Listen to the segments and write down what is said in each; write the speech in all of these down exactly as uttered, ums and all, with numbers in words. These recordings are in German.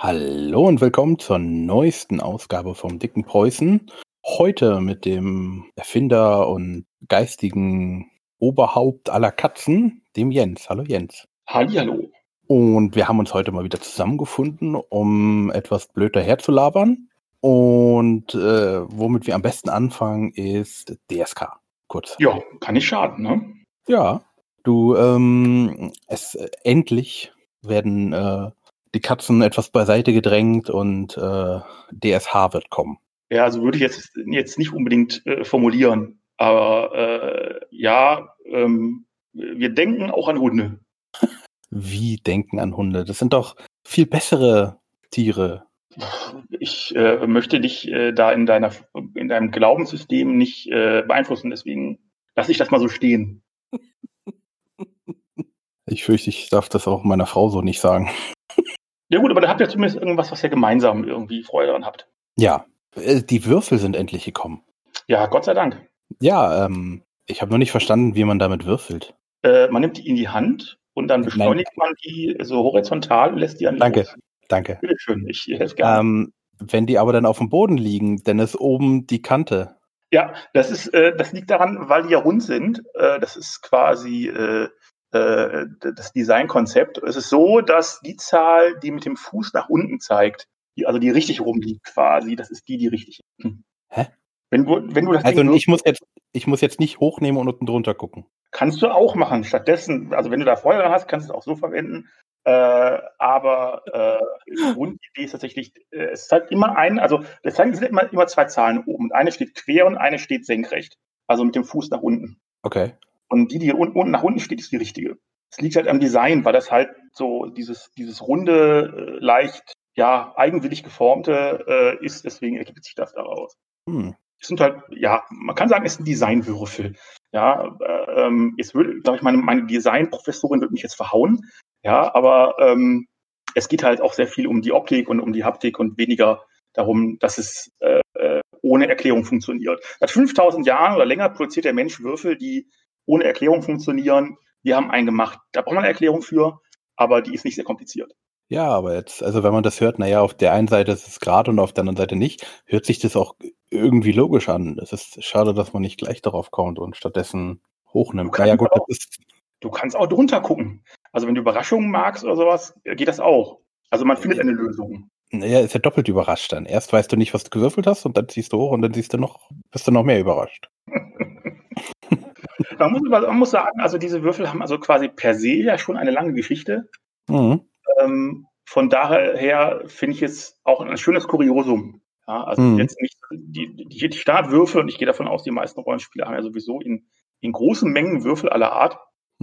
Hallo und willkommen zur neuesten Ausgabe vom Dicken Preußen. Heute mit dem Erfinder und geistigen Oberhaupt aller Katzen, dem Jens. Hallo Jens. Hallihallo. Und wir haben uns heute mal wieder zusammengefunden, um etwas blöd daherzulabern. Und äh, womit wir am besten anfangen, ist D S K. Kurz. Ja, kann nicht schaden, ne? Ja, du, ähm, es äh, endlich werden äh, die Katzen etwas beiseite gedrängt und äh, D S H wird kommen. Ja, also würde ich jetzt, jetzt nicht unbedingt äh, formulieren. Aber äh, ja, ähm, wir denken auch an Hunde. Wie denken an Hunde? Das sind doch viel bessere Tiere. Ich äh, möchte dich äh, da in deiner in deinem Glaubenssystem nicht äh, beeinflussen, deswegen lasse ich das mal so stehen. Ich fürchte, ich darf das auch meiner Frau so nicht sagen. Ja gut, aber da habt ihr zumindest irgendwas, was ihr gemeinsam irgendwie Freude daran habt. Ja, äh, die Würfel sind endlich gekommen. Ja, Gott sei Dank. Ja, ähm, ich habe noch nicht verstanden, wie man damit würfelt. Äh, man nimmt die in die Hand und dann Nein. beschleunigt man die so horizontal und lässt die an die Danke, Brust. danke. Bitte schön, ich helfe gerne. Ähm, wenn die aber dann auf dem Boden liegen, dann ist oben die Kante. Ja, das ist, äh, das liegt daran, weil die ja rund sind. Äh, das ist quasi äh, äh, das Designkonzept. Es ist so, dass die Zahl, die mit dem Fuß nach unten zeigt, die, also die richtig rumliegt quasi, das ist die, die richtig. Hm. Hä? Wenn du, wenn du das Also Ding ich muss jetzt, ich muss jetzt nicht hochnehmen und unten drunter gucken. kannst du auch machen. Stattdessen, also wenn du da Freude dran hast, kannst du es auch so verwenden. Äh, aber äh, die Grundidee ist tatsächlich, äh, es zeigt immer einen, also es zeigen sind immer, immer zwei Zahlen oben. Und eine steht quer und eine steht senkrecht. Also mit dem Fuß nach unten. Okay. Und die, die unten, unten nach unten steht, ist die richtige. Es liegt halt am Design, weil das halt so dieses, dieses runde, äh, leicht, ja, eigenwillig geformte äh, ist. Deswegen ergibt sich das daraus. Hm. Es sind halt, ja, man kann sagen, es sind Designwürfel. Ja, äh, ähm, jetzt würde, glaube ich, meine, meine Designprofessorin würde mich jetzt verhauen. Ja, aber ähm, es geht halt auch sehr viel um die Optik und um die Haptik und weniger darum, dass es äh, ohne Erklärung funktioniert. Seit fünftausend Jahren oder länger produziert der Mensch Würfel, die ohne Erklärung funktionieren. Wir haben einen gemacht. Da braucht man eine Erklärung für, aber die ist nicht sehr kompliziert. Ja, aber jetzt, also wenn man das hört, naja, auf der einen Seite ist es gerade und auf der anderen Seite nicht, hört sich das auch irgendwie logisch an. Es ist schade, dass man nicht gleich darauf kommt und stattdessen hochnimmt. Naja, gut, auch, das ist. Du kannst auch drunter gucken. Also wenn du Überraschungen magst oder sowas, geht das auch. Also man findet eine Lösung. Naja, ist ja doppelt überrascht dann. Erst weißt du nicht, was du gewürfelt hast und dann ziehst du hoch und dann siehst du noch, bist du noch mehr überrascht. man, muss, man muss sagen, also diese Würfel haben also quasi per se ja schon eine lange Geschichte. Mhm. Ähm, von daher finde ich es auch ein schönes Kuriosum. Ja, also Mhm. jetzt nicht die, die, die Startwürfel, und ich gehe davon aus, die meisten Rollenspiele haben ja sowieso in, in großen Mengen Würfel aller Art.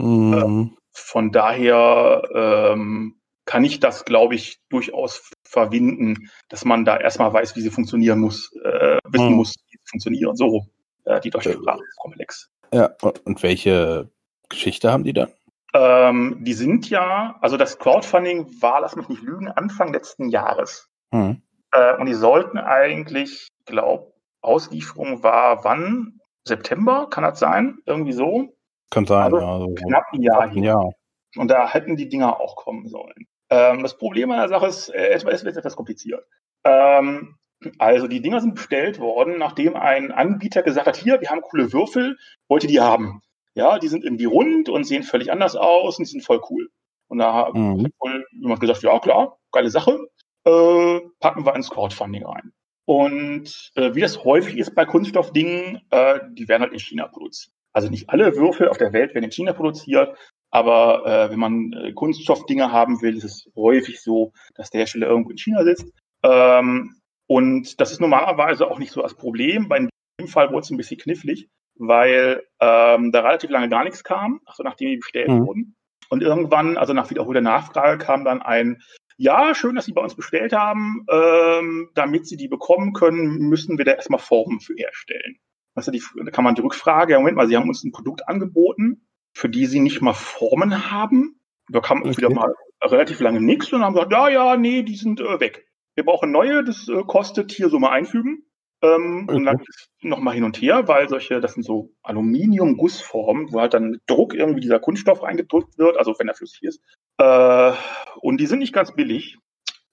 Mhm. Äh, von daher ähm, kann ich das, glaube ich, durchaus verwinden, dass man da erstmal weiß, wie sie funktionieren muss, äh, wissen Mhm. muss, wie sie funktionieren. So, äh, die deutsche Äh, Sprache ist komplex. Ja, und welche Geschichte haben die dann? Ähm, die sind ja, also das Crowdfunding war, lass mich nicht lügen, Anfang letzten Jahres. Mhm. Äh, und die sollten eigentlich, glaube Auslieferung war wann? September, kann das sein? Irgendwie so? Kann sein, Also ja. So knapp ein Jahr fast ein her. Jahr. Und da hätten die Dinger auch kommen sollen. Ähm, das Problem an der Sache ist, äh, es wird etwas kompliziert. Ähm, also die Dinger sind bestellt worden, nachdem ein Anbieter gesagt hat, hier, wir haben coole Würfel, wollt ihr die haben? Ja, die sind irgendwie rund und sehen völlig anders aus und die sind voll cool. Und da Mhm. hat wohl jemand gesagt, ja klar, geile Sache, äh, packen wir ins Crowdfunding rein. Und äh, wie das häufig ist bei Kunststoffdingen, äh, die werden halt in China produziert. Also nicht alle Würfel auf der Welt werden in China produziert, aber äh, wenn man äh, Kunststoffdinger haben will, ist es häufig so, dass der Hersteller irgendwo in China sitzt. Ähm, und das ist normalerweise auch nicht so das Problem. Bei dem Fall wurde es ein bisschen knifflig, weil ähm, da relativ lange gar nichts kam, also nachdem die bestellt Mhm. wurden. Und irgendwann, also nach wiederholter Nachfrage, kam dann ein, ja, schön, dass Sie bei uns bestellt haben. Ähm, damit Sie die bekommen können, müssen wir da erstmal Formen für herstellen. Also die, da kann man die Rückfrage, ja, Moment mal, Sie haben uns ein Produkt angeboten, für die Sie nicht mal Formen haben. Da kam Okay. wieder mal relativ lange nichts und haben gesagt, ja, ja, nee, die sind äh, weg. Wir brauchen neue, das äh, kostet hier so mal einfügen. Ähm, Okay. Und dann ist noch mal hin und her, weil solche, das sind so Aluminium-Gussformen, wo halt dann mit Druck irgendwie dieser Kunststoff reingedrückt wird, also wenn er flüssig ist. Äh, und die sind nicht ganz billig.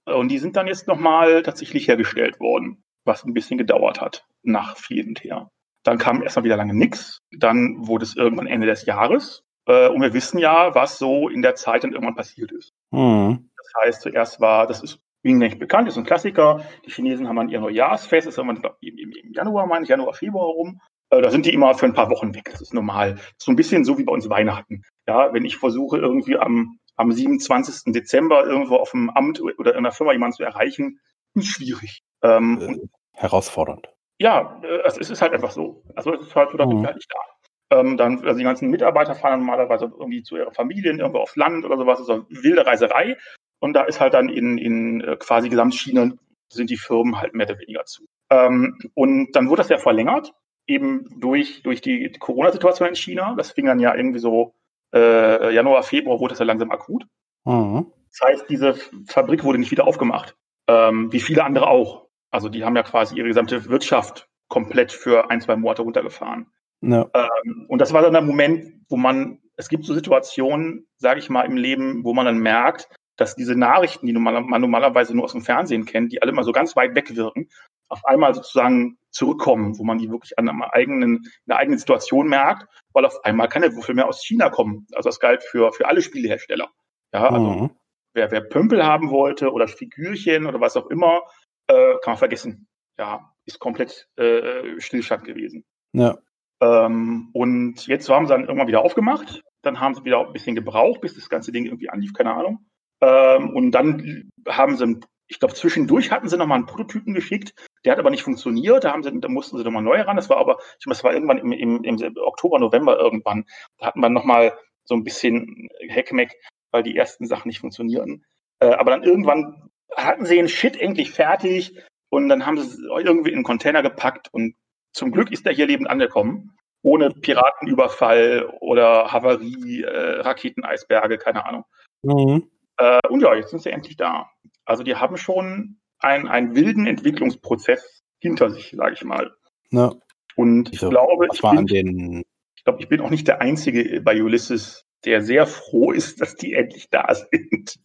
Und die sind dann jetzt nochmal tatsächlich hergestellt worden, was ein bisschen gedauert hat, nach hin und her. Dann kam erstmal wieder lange nichts. Dann wurde es irgendwann Ende des Jahres. Äh, und wir wissen ja, was so in der Zeit dann irgendwann passiert ist. Mhm. Das heißt, zuerst war, das ist Ihnen nicht bekannt, ist ein Klassiker. Die Chinesen haben dann ihr Neujahrsfest, das ist irgendwann im, im, im Januar, meine ich, Januar, Februar rum. Äh, da sind die immer für ein paar Wochen weg. Das ist normal. So ein bisschen so wie bei uns Weihnachten. Ja, wenn ich versuche, irgendwie am, am siebenundzwanzigsten Dezember irgendwo auf dem Amt oder in einer Firma jemanden zu erreichen, ist schwierig. Ähm, Äh, und herausfordernd. ja, äh, es ist halt einfach so. Also es ist halt so, da sind Mhm. wir halt nicht da. Ähm, dann, also die ganzen Mitarbeiter fahren normalerweise irgendwie zu ihren Familien, irgendwo aufs Land oder sowas. Das ist eine wilde Reiserei. Und da ist halt dann in, in äh, quasi Gesamtchina sind die Firmen halt mehr oder weniger zu. Ähm, und dann wurde das ja verlängert, eben durch, durch die Corona-Situation in China. Das fing dann ja irgendwie so äh, Januar, Februar wurde das ja langsam akut. Mhm. Das heißt, diese Fabrik wurde nicht wieder aufgemacht, ähm, wie viele andere auch. Also die haben ja quasi ihre gesamte Wirtschaft komplett für ein, zwei Monate runtergefahren. Ja. Ähm, und das war dann der Moment, wo man, es gibt so Situationen, sage ich mal, im Leben, wo man dann merkt, dass diese Nachrichten, die man normalerweise nur aus dem Fernsehen kennt, die alle immer so ganz weit weg wirken, auf einmal sozusagen zurückkommen, wo man die wirklich an einer eigenen, in der eigenen Situation merkt, weil auf einmal keine Würfel mehr aus China kommen. Also das galt für, für alle Spielehersteller. Ja, also Mhm. wer, wer Pömpel haben wollte oder Figürchen oder was auch immer, äh, kann man vergessen. Ja, ist komplett äh, Stillstand gewesen. Ja. Ähm, und jetzt haben sie dann irgendwann wieder aufgemacht. Dann haben sie wieder ein bisschen gebraucht, bis das ganze Ding irgendwie anlief, keine Ahnung. Ähm, und dann haben sie, ich glaube, zwischendurch hatten sie nochmal einen Prototypen geschickt. Der hat aber nicht funktioniert. Da, haben sie, da mussten sie nochmal neu ran. Das war aber, ich meine, das war irgendwann im, im, im Oktober, November irgendwann. Da hatten wir nochmal so ein bisschen Heckmeck, weil die ersten Sachen nicht funktionieren. Äh, aber dann irgendwann hatten sie den Shit endlich fertig. Und dann haben sie es irgendwie in einen Container gepackt und zum Glück ist er hier lebend angekommen, ohne Piratenüberfall oder Havarie, äh, Raketeneisberge, keine Ahnung. Mhm. Äh, und ja, jetzt sind sie endlich da. Also die haben schon einen, einen wilden Entwicklungsprozess hinter sich, sage ich mal. Ja. Und ich Also, glaube, was ich war bin, an den. ich glaube, ich bin auch nicht der Einzige bei Ulysses, der sehr froh ist, dass die endlich da sind.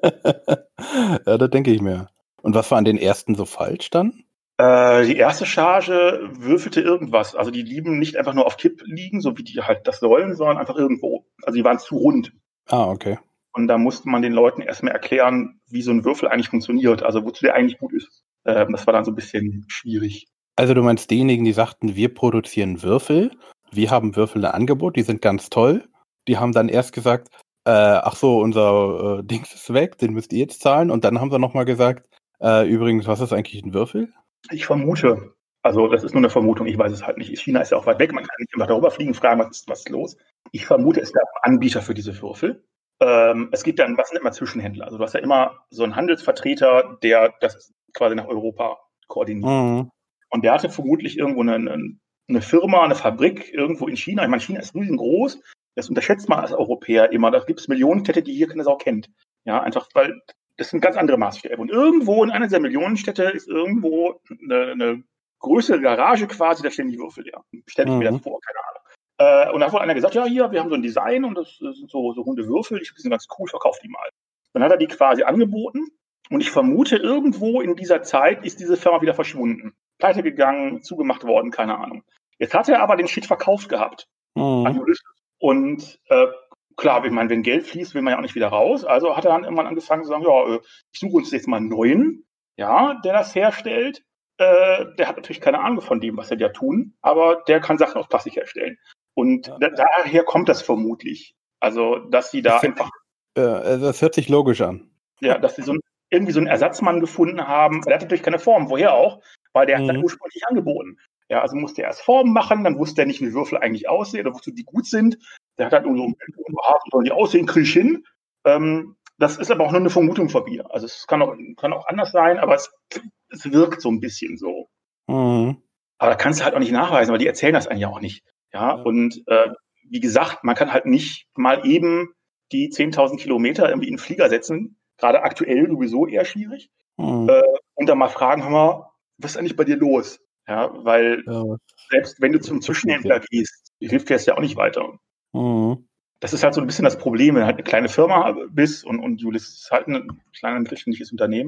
Ja, da denke ich mir. Und was war an den ersten so falsch dann? Äh, die erste Charge würfelte irgendwas. Also die lieben nicht einfach nur auf Kipp liegen, so wie die halt das sollen, sondern einfach irgendwo. Also die waren zu rund. Ah, okay. Und da musste man den Leuten erstmal erklären, wie so ein Würfel eigentlich funktioniert, also wozu der eigentlich gut ist. Ähm, das war dann so ein bisschen schwierig. Also du meinst diejenigen, die sagten, wir produzieren Würfel, wir haben Würfel im Angebot, die sind ganz toll. Die haben dann erst gesagt, äh, ach so, unser äh, Dings ist weg, den müsst ihr jetzt zahlen. Und dann haben sie nochmal gesagt, äh, übrigens, was ist eigentlich ein Würfel? Ich vermute, also das ist nur eine Vermutung, ich weiß es halt nicht. China ist ja auch weit weg, man kann nicht einfach darüber fliegen, fragen, was ist, was ist los. Ich vermute, es gab einen Anbieter für diese Würfel. Ähm, es gibt dann, was nennt man Zwischenhändler? Also du hast ja immer so einen Handelsvertreter, der das quasi nach Europa koordiniert. Mhm. Und der hatte vermutlich irgendwo eine, eine, eine Firma, eine Fabrik irgendwo in China. Ich meine, China ist riesengroß. Das unterschätzt man als Europäer immer. Da gibt es Millionenstädte, die hier keine Sau kennt. Ja, einfach, weil das sind ganz andere Maßstäbe. Und irgendwo in einer dieser Millionenstädte ist irgendwo eine, eine größere Garage quasi, da stehen die Würfel leer. Stelle ich mir das Mhm. vor, keine Ahnung. Äh, und da hat wohl einer gesagt, ja, hier, wir haben so ein Design und das sind so, so runde Würfel, die sind ganz cool, verkauft die mal. Dann hat er die quasi angeboten. Und ich vermute, irgendwo in dieser Zeit ist diese Firma wieder verschwunden. Pleite gegangen, zugemacht worden, keine Ahnung. Jetzt hat er aber den Shit verkauft gehabt an Mhm. Ulysses. Und äh, klar, ich meine, wenn Geld fließt, will man ja auch nicht wieder raus. Also hat er dann irgendwann angefangen zu sagen, ja, ich suche uns jetzt mal einen neuen, ja, der das herstellt. Äh, der hat natürlich keine Ahnung von dem, was er da tun, aber der kann Sachen aus Plastik herstellen. Und Ja. da, daher kommt das vermutlich. Also, dass sie da Das, einfach, äh, das hört sich logisch an. ja, dass sie so ein, irgendwie so einen Ersatzmann gefunden haben. Der hat natürlich keine Form, woher auch, weil der hat das Mhm. ursprünglich angeboten. Ja, also musste er erst Formen machen, dann wusste er nicht, wie Würfel eigentlich aussehen oder wozu die gut sind. Der hat halt nur so ein Bild, wie sollen die aussehen, kriege ich hin. Ähm, das ist aber auch nur eine Vermutung von mir. Also es kann auch, kann auch anders sein, aber es, es wirkt so ein bisschen so. Mhm. Aber da kannst du halt auch nicht nachweisen, weil die erzählen das eigentlich auch nicht. Ja, Ja. und äh, wie gesagt, man kann halt nicht mal eben die zehntausend Kilometer irgendwie in den Flieger setzen, gerade aktuell sowieso eher schwierig, Mhm. äh, und dann mal fragen, hör mal, was ist eigentlich bei dir los? Ja, weil Ja, selbst wenn du zum was passiert hier? Zwischenhändler gehst, hilft dir das ja auch nicht weiter. Mhm. Das ist halt so ein bisschen das Problem, wenn du halt eine kleine Firma bist und, und Ulysses ist halt ein kleines mittelständisches Unternehmen.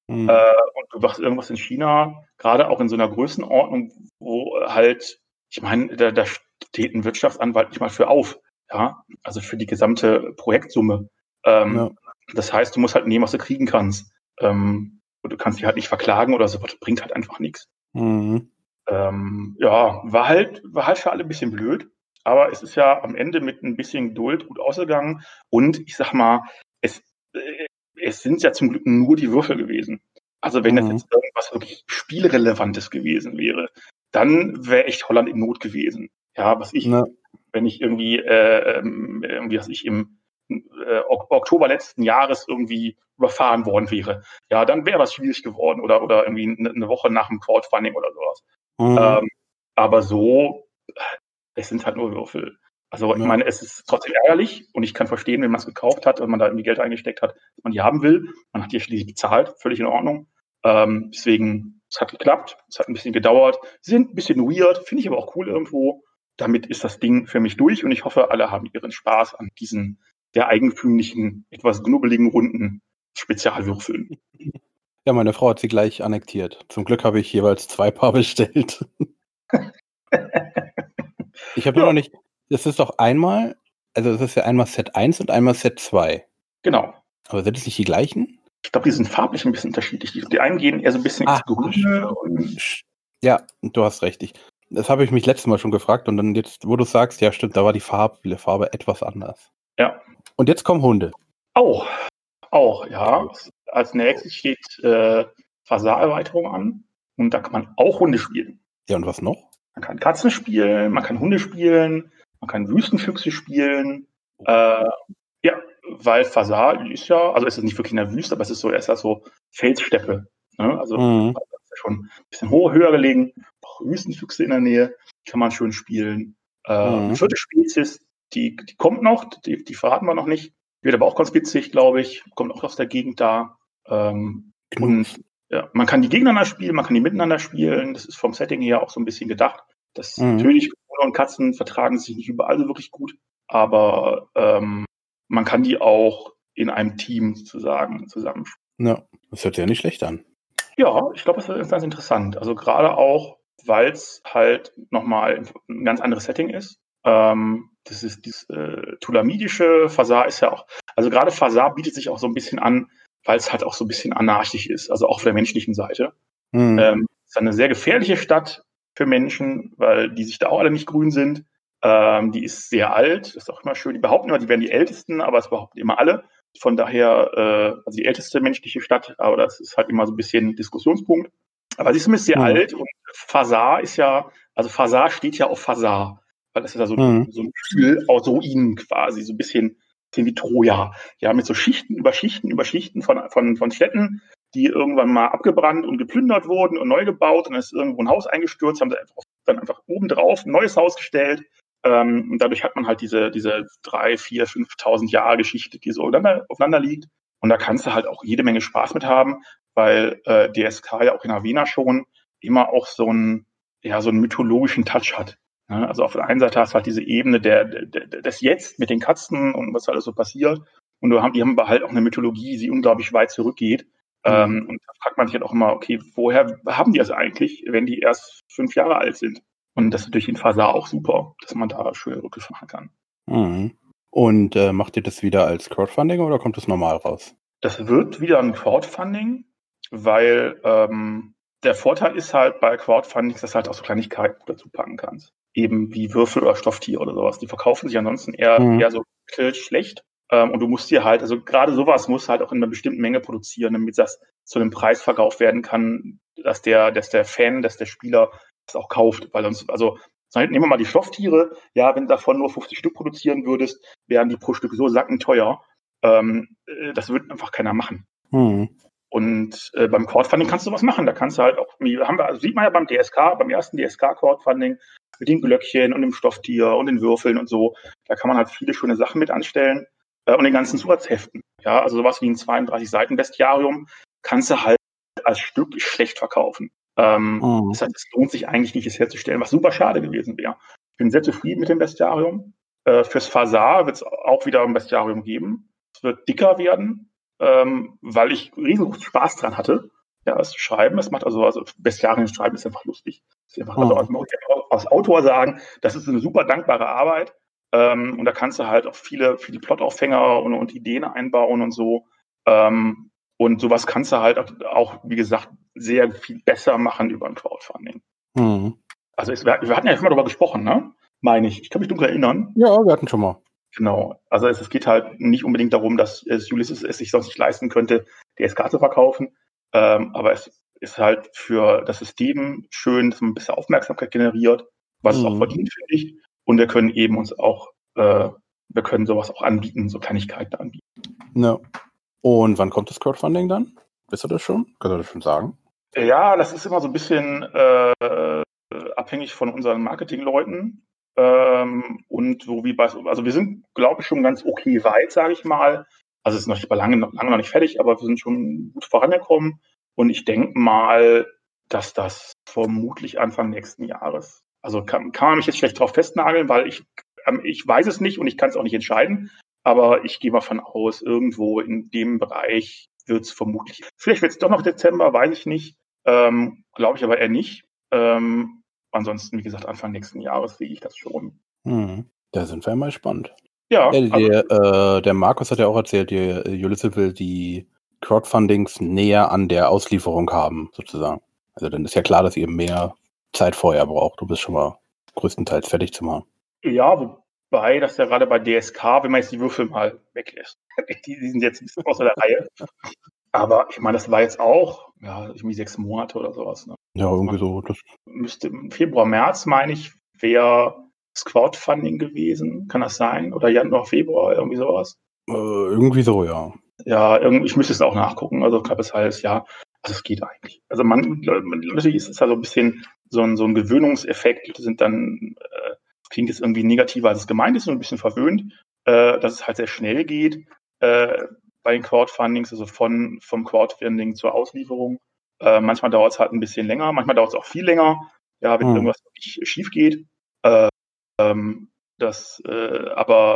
Mhm. Äh, und du machst irgendwas in China, gerade auch in so einer Größenordnung, wo halt, ich meine, da, da steht ein Wirtschaftsanwalt nicht mal für auf, ja, also für die gesamte Projektsumme. Ähm, ja. Das heißt, du musst halt nehmen, was du kriegen kannst. Ähm, und du kannst die halt nicht verklagen oder so, das bringt halt einfach nichts. Mhm. Ähm, ja, war halt, war halt für alle ein bisschen blöd, aber es ist ja am Ende mit ein bisschen Geduld gut ausgegangen und ich sag mal, es, äh, es sind ja zum Glück nur die Würfel gewesen. Also wenn das Mhm. jetzt irgendwas wirklich Spielrelevantes gewesen wäre, dann wäre echt Holland in Not gewesen. Ja, was ich, Ja. wenn ich irgendwie, äh, irgendwie, was ich im äh, Oktober letzten Jahres irgendwie überfahren worden wäre, ja, dann wäre das schwierig geworden oder, oder irgendwie eine Woche nach dem Crowdfunding oder sowas. Mhm. Ähm, aber so, es sind halt nur Würfel. Also ich ja. meine, es ist trotzdem ärgerlich und ich kann verstehen, wenn man es gekauft hat und man da irgendwie Geld eingesteckt hat, dass man die haben will. Man hat die schließlich bezahlt, völlig in Ordnung. Ähm, deswegen, es hat geklappt, es hat ein bisschen gedauert. Sie sind ein bisschen weird, finde ich aber auch cool irgendwo. Damit ist das Ding für mich durch und ich hoffe, alle haben ihren Spaß an diesen sehr eigentümlichen, etwas knubbeligen, runden Spezialwürfeln. Ja, meine Frau hat sie gleich annektiert. Zum Glück habe ich jeweils zwei Paar bestellt. Ich habe ja. nur noch nicht, das ist doch einmal, also das ist ja einmal Set eins und einmal Set zwei. Genau. Aber sind es nicht die gleichen? Ich glaube, die sind farblich ein bisschen unterschiedlich. Die, die einen gehen eher so ein bisschen ins Grüne. Und ja, du hast recht. Ich, das habe ich mich letztes Mal schon gefragt und dann jetzt, wo du sagst, ja stimmt, da war die Farbe, Farbe etwas anders. Ja. Und jetzt kommen Hunde. Auch. Auch, ja. Als nächstes steht äh, Phasar-Erweiterung an und da kann man auch Hunde spielen. Ja, und was noch? Man kann Katzen spielen, man kann Hunde spielen, man kann Wüstenfüchse spielen. Oh. Äh, ja, weil Phasar ist ja, also es ist nicht wirklich in der Wüste, aber es ist so, er ist ja so Felssteppe. Ne? Also mhm. ist ja schon ein bisschen hoch, höher gelegen. Auch Wüstenfüchse in der Nähe, kann man schön spielen. Äh, mhm. Eine vierte Spezies, die, die kommt noch, die, die verraten wir noch nicht. Wird aber auch ganz witzig, glaube ich. Kommt auch aus der Gegend da. Ähm, und ja, man kann die gegeneinander spielen, man kann die miteinander spielen. Das ist vom Setting her auch so ein bisschen gedacht. Das mhm. Natürlich, Hunde und Katzen vertragen sich nicht überall so wirklich gut, aber ähm, man kann die auch in einem Team sozusagen zusammenspielen. Ja, das hört sich ja nicht schlecht an. Ja, ich glaube, das ist ganz interessant. Also gerade auch, weil es halt nochmal ein ganz anderes Setting ist. Ähm, das ist dieses äh, Tulamidische, Phasar ist ja auch, also gerade Phasar bietet sich auch so ein bisschen an, weil es halt auch so ein bisschen anarchisch ist, also auch auf der menschlichen Seite. Mhm. Ähm, es ist eine sehr gefährliche Stadt für Menschen, weil die sich da auch alle nicht grün sind. Ähm, die ist sehr alt, das ist auch immer schön. Die behaupten immer, die wären die Ältesten, aber es behaupten immer alle. Von daher, äh, also die älteste menschliche Stadt, aber das ist halt immer so ein bisschen Diskussionspunkt. Aber sie ist zumindest sehr mhm. alt und Phasar ist ja, also Phasar steht ja auf Phasar, weil das ist ja so, mhm. so ein Gefühl aus Ruinen quasi, so ein bisschen, bisschen wie Troja. Ja, mit so Schichten über Schichten über Schichten von, von, von Städten, die irgendwann mal abgebrannt und geplündert wurden und neu gebaut und dann ist irgendwo ein Haus eingestürzt, haben sie einfach, dann einfach obendrauf ein neues Haus gestellt. Ähm, und dadurch hat man halt diese, diese drei, vier, fünftausend Jahre Geschichte, die so aufeinander, aufeinander liegt. Und da kannst du halt auch jede Menge Spaß mit haben, weil äh, D S K ja auch in Arena schon immer auch so einen, ja, so einen mythologischen Touch hat. Ne? Also auf der einen Seite hast du halt diese Ebene der, der, des Jetzt mit den Katzen und was alles so passiert. Und du haben, die haben aber halt auch eine Mythologie, die unglaublich weit zurückgeht. Mhm. Ähm, und da fragt man sich halt auch immer, okay, woher haben die das eigentlich, wenn die erst fünf Jahre alt sind? Und das ist natürlich in Phasar auch super, dass man da schön Rückgriff machen kann. Mhm. Und äh, macht ihr das wieder als Crowdfunding oder kommt das normal raus? Das wird wieder ein Crowdfunding, weil ähm, der Vorteil ist halt bei Crowdfundings, dass du halt auch so Kleinigkeiten dazu packen kannst. Eben wie Würfel oder Stofftiere oder sowas. Die verkaufen sich ansonsten eher, mhm. eher so schlecht. Ähm, und du musst dir halt, also gerade sowas musst du halt auch in einer bestimmten Menge produzieren, damit das zu einem Preis verkauft werden kann, dass der, dass der Fan, dass der Spieler das auch kauft. Weil sonst, also nehmen wir mal die Stofftiere, ja, wenn du davon nur fünfzig Stück produzieren würdest, wären die pro Stück so sackenteuer. Ähm, das würde einfach keiner machen. Mhm. Und äh, beim Crowdfunding kannst du was machen. Da kannst du halt auch, haben wir, also sieht man ja beim D S K, beim ersten D S K-Crowdfunding, mit den Glöckchen und dem Stofftier und den Würfeln und so. Da kann man halt viele schöne Sachen mit anstellen. Äh, und den ganzen Zusatzheften. Ja, also sowas wie ein zweiunddreißig Seiten Bestiarium kannst du halt als Stück schlecht verkaufen. Ähm, oh. Das heißt, es lohnt sich eigentlich nicht, es herzustellen, was super schade gewesen wäre. Ich bin sehr zufrieden mit dem Bestiarium. Äh, fürs Phasar wird es auch wieder ein Bestiarium geben. Es wird dicker werden, ähm, weil ich riesen Spaß dran hatte. ja, das Schreiben, das macht also, also bestiarisch Schreiben ist einfach lustig. Ist einfach, also Mhm. als Autor sagen, das ist eine super dankbare Arbeit. Ähm, und da kannst du halt auch viele, viele Plotaufhänger und, und Ideen einbauen und so. Ähm, und sowas kannst du halt auch, wie gesagt, sehr viel besser machen über ein Crowdfunding. Mhm. Also es, wir hatten ja schon mal darüber gesprochen, ne? Meine ich. Ich kann mich dunkel erinnern. Ja, wir hatten schon mal. Genau. Also es, es geht halt nicht unbedingt darum, dass es Ulysses es sich sonst nicht leisten könnte, D S K zu verkaufen. Ähm, aber es ist halt für das System schön, dass man ein bisschen Aufmerksamkeit generiert, was es auch Mhm. verdient, finde ich. Und wir können eben uns auch, äh, wir können sowas auch anbieten, so Kleinigkeiten anbieten. Ja. Und wann kommt das Crowdfunding dann? Wisst ihr das schon? Könnt ihr das schon sagen? Ja, das ist immer so ein bisschen äh, abhängig von unseren Marketingleuten. Ähm, und so wie bei, also wir sind, glaube ich, schon ganz okay weit, sage ich mal. Also es ist noch nicht bei lange, lange noch nicht fertig, aber wir sind schon gut vorangekommen. Und ich denke mal, dass das vermutlich Anfang nächsten Jahres. Also kann, kann man mich jetzt schlecht drauf festnageln, weil ich, ähm, ich weiß es nicht und ich kann es auch nicht entscheiden. Aber ich gehe mal von aus, irgendwo in dem Bereich wird es vermutlich. Vielleicht wird es doch noch Dezember, weiß ich nicht. Ähm, glaube ich aber eher nicht. Ähm, ansonsten, wie gesagt, Anfang nächsten Jahres sehe ich das schon. Mhm. Da sind wir ja mal gespannt. Ja, Ja, also, der, äh, der Markus hat ja auch erzählt, die äh, Ulysses will die Crowdfundings näher an der Auslieferung haben, sozusagen. Also dann ist ja klar, dass ihr mehr Zeit vorher braucht, um es schon mal größtenteils fertig zu machen. ja, wobei das ja gerade bei D S K, wenn man jetzt die Würfel mal weglässt, die, die sind jetzt ein bisschen außer der Reihe. Aber ich meine, das war jetzt auch, ja, irgendwie sechs Monate oder sowas. Ne? Ja, Also irgendwie man so. Das, müsste im Februar, März, meine ich, wäre das Crowdfunding gewesen. Kann das sein? Oder Januar, Februar, irgendwie sowas? äh, irgendwie so, ja. Ja, irgendwie, ich müsste es auch nachgucken. Also knappes halbes Jahr. Also es geht eigentlich. Also man, natürlich ist es ja so ein bisschen so ein, so ein Gewöhnungseffekt. Leute sind dann, äh, klingt jetzt irgendwie negativer, als es gemeint ist, und ein bisschen verwöhnt, äh, dass es halt sehr schnell geht äh, bei den Crowdfundings, also von, vom Crowdfunding zur Auslieferung. Äh, manchmal dauert es halt ein bisschen länger, manchmal dauert es auch viel länger, ja, wenn Hm. irgendwas wirklich schief geht. Äh, ähm, das, äh,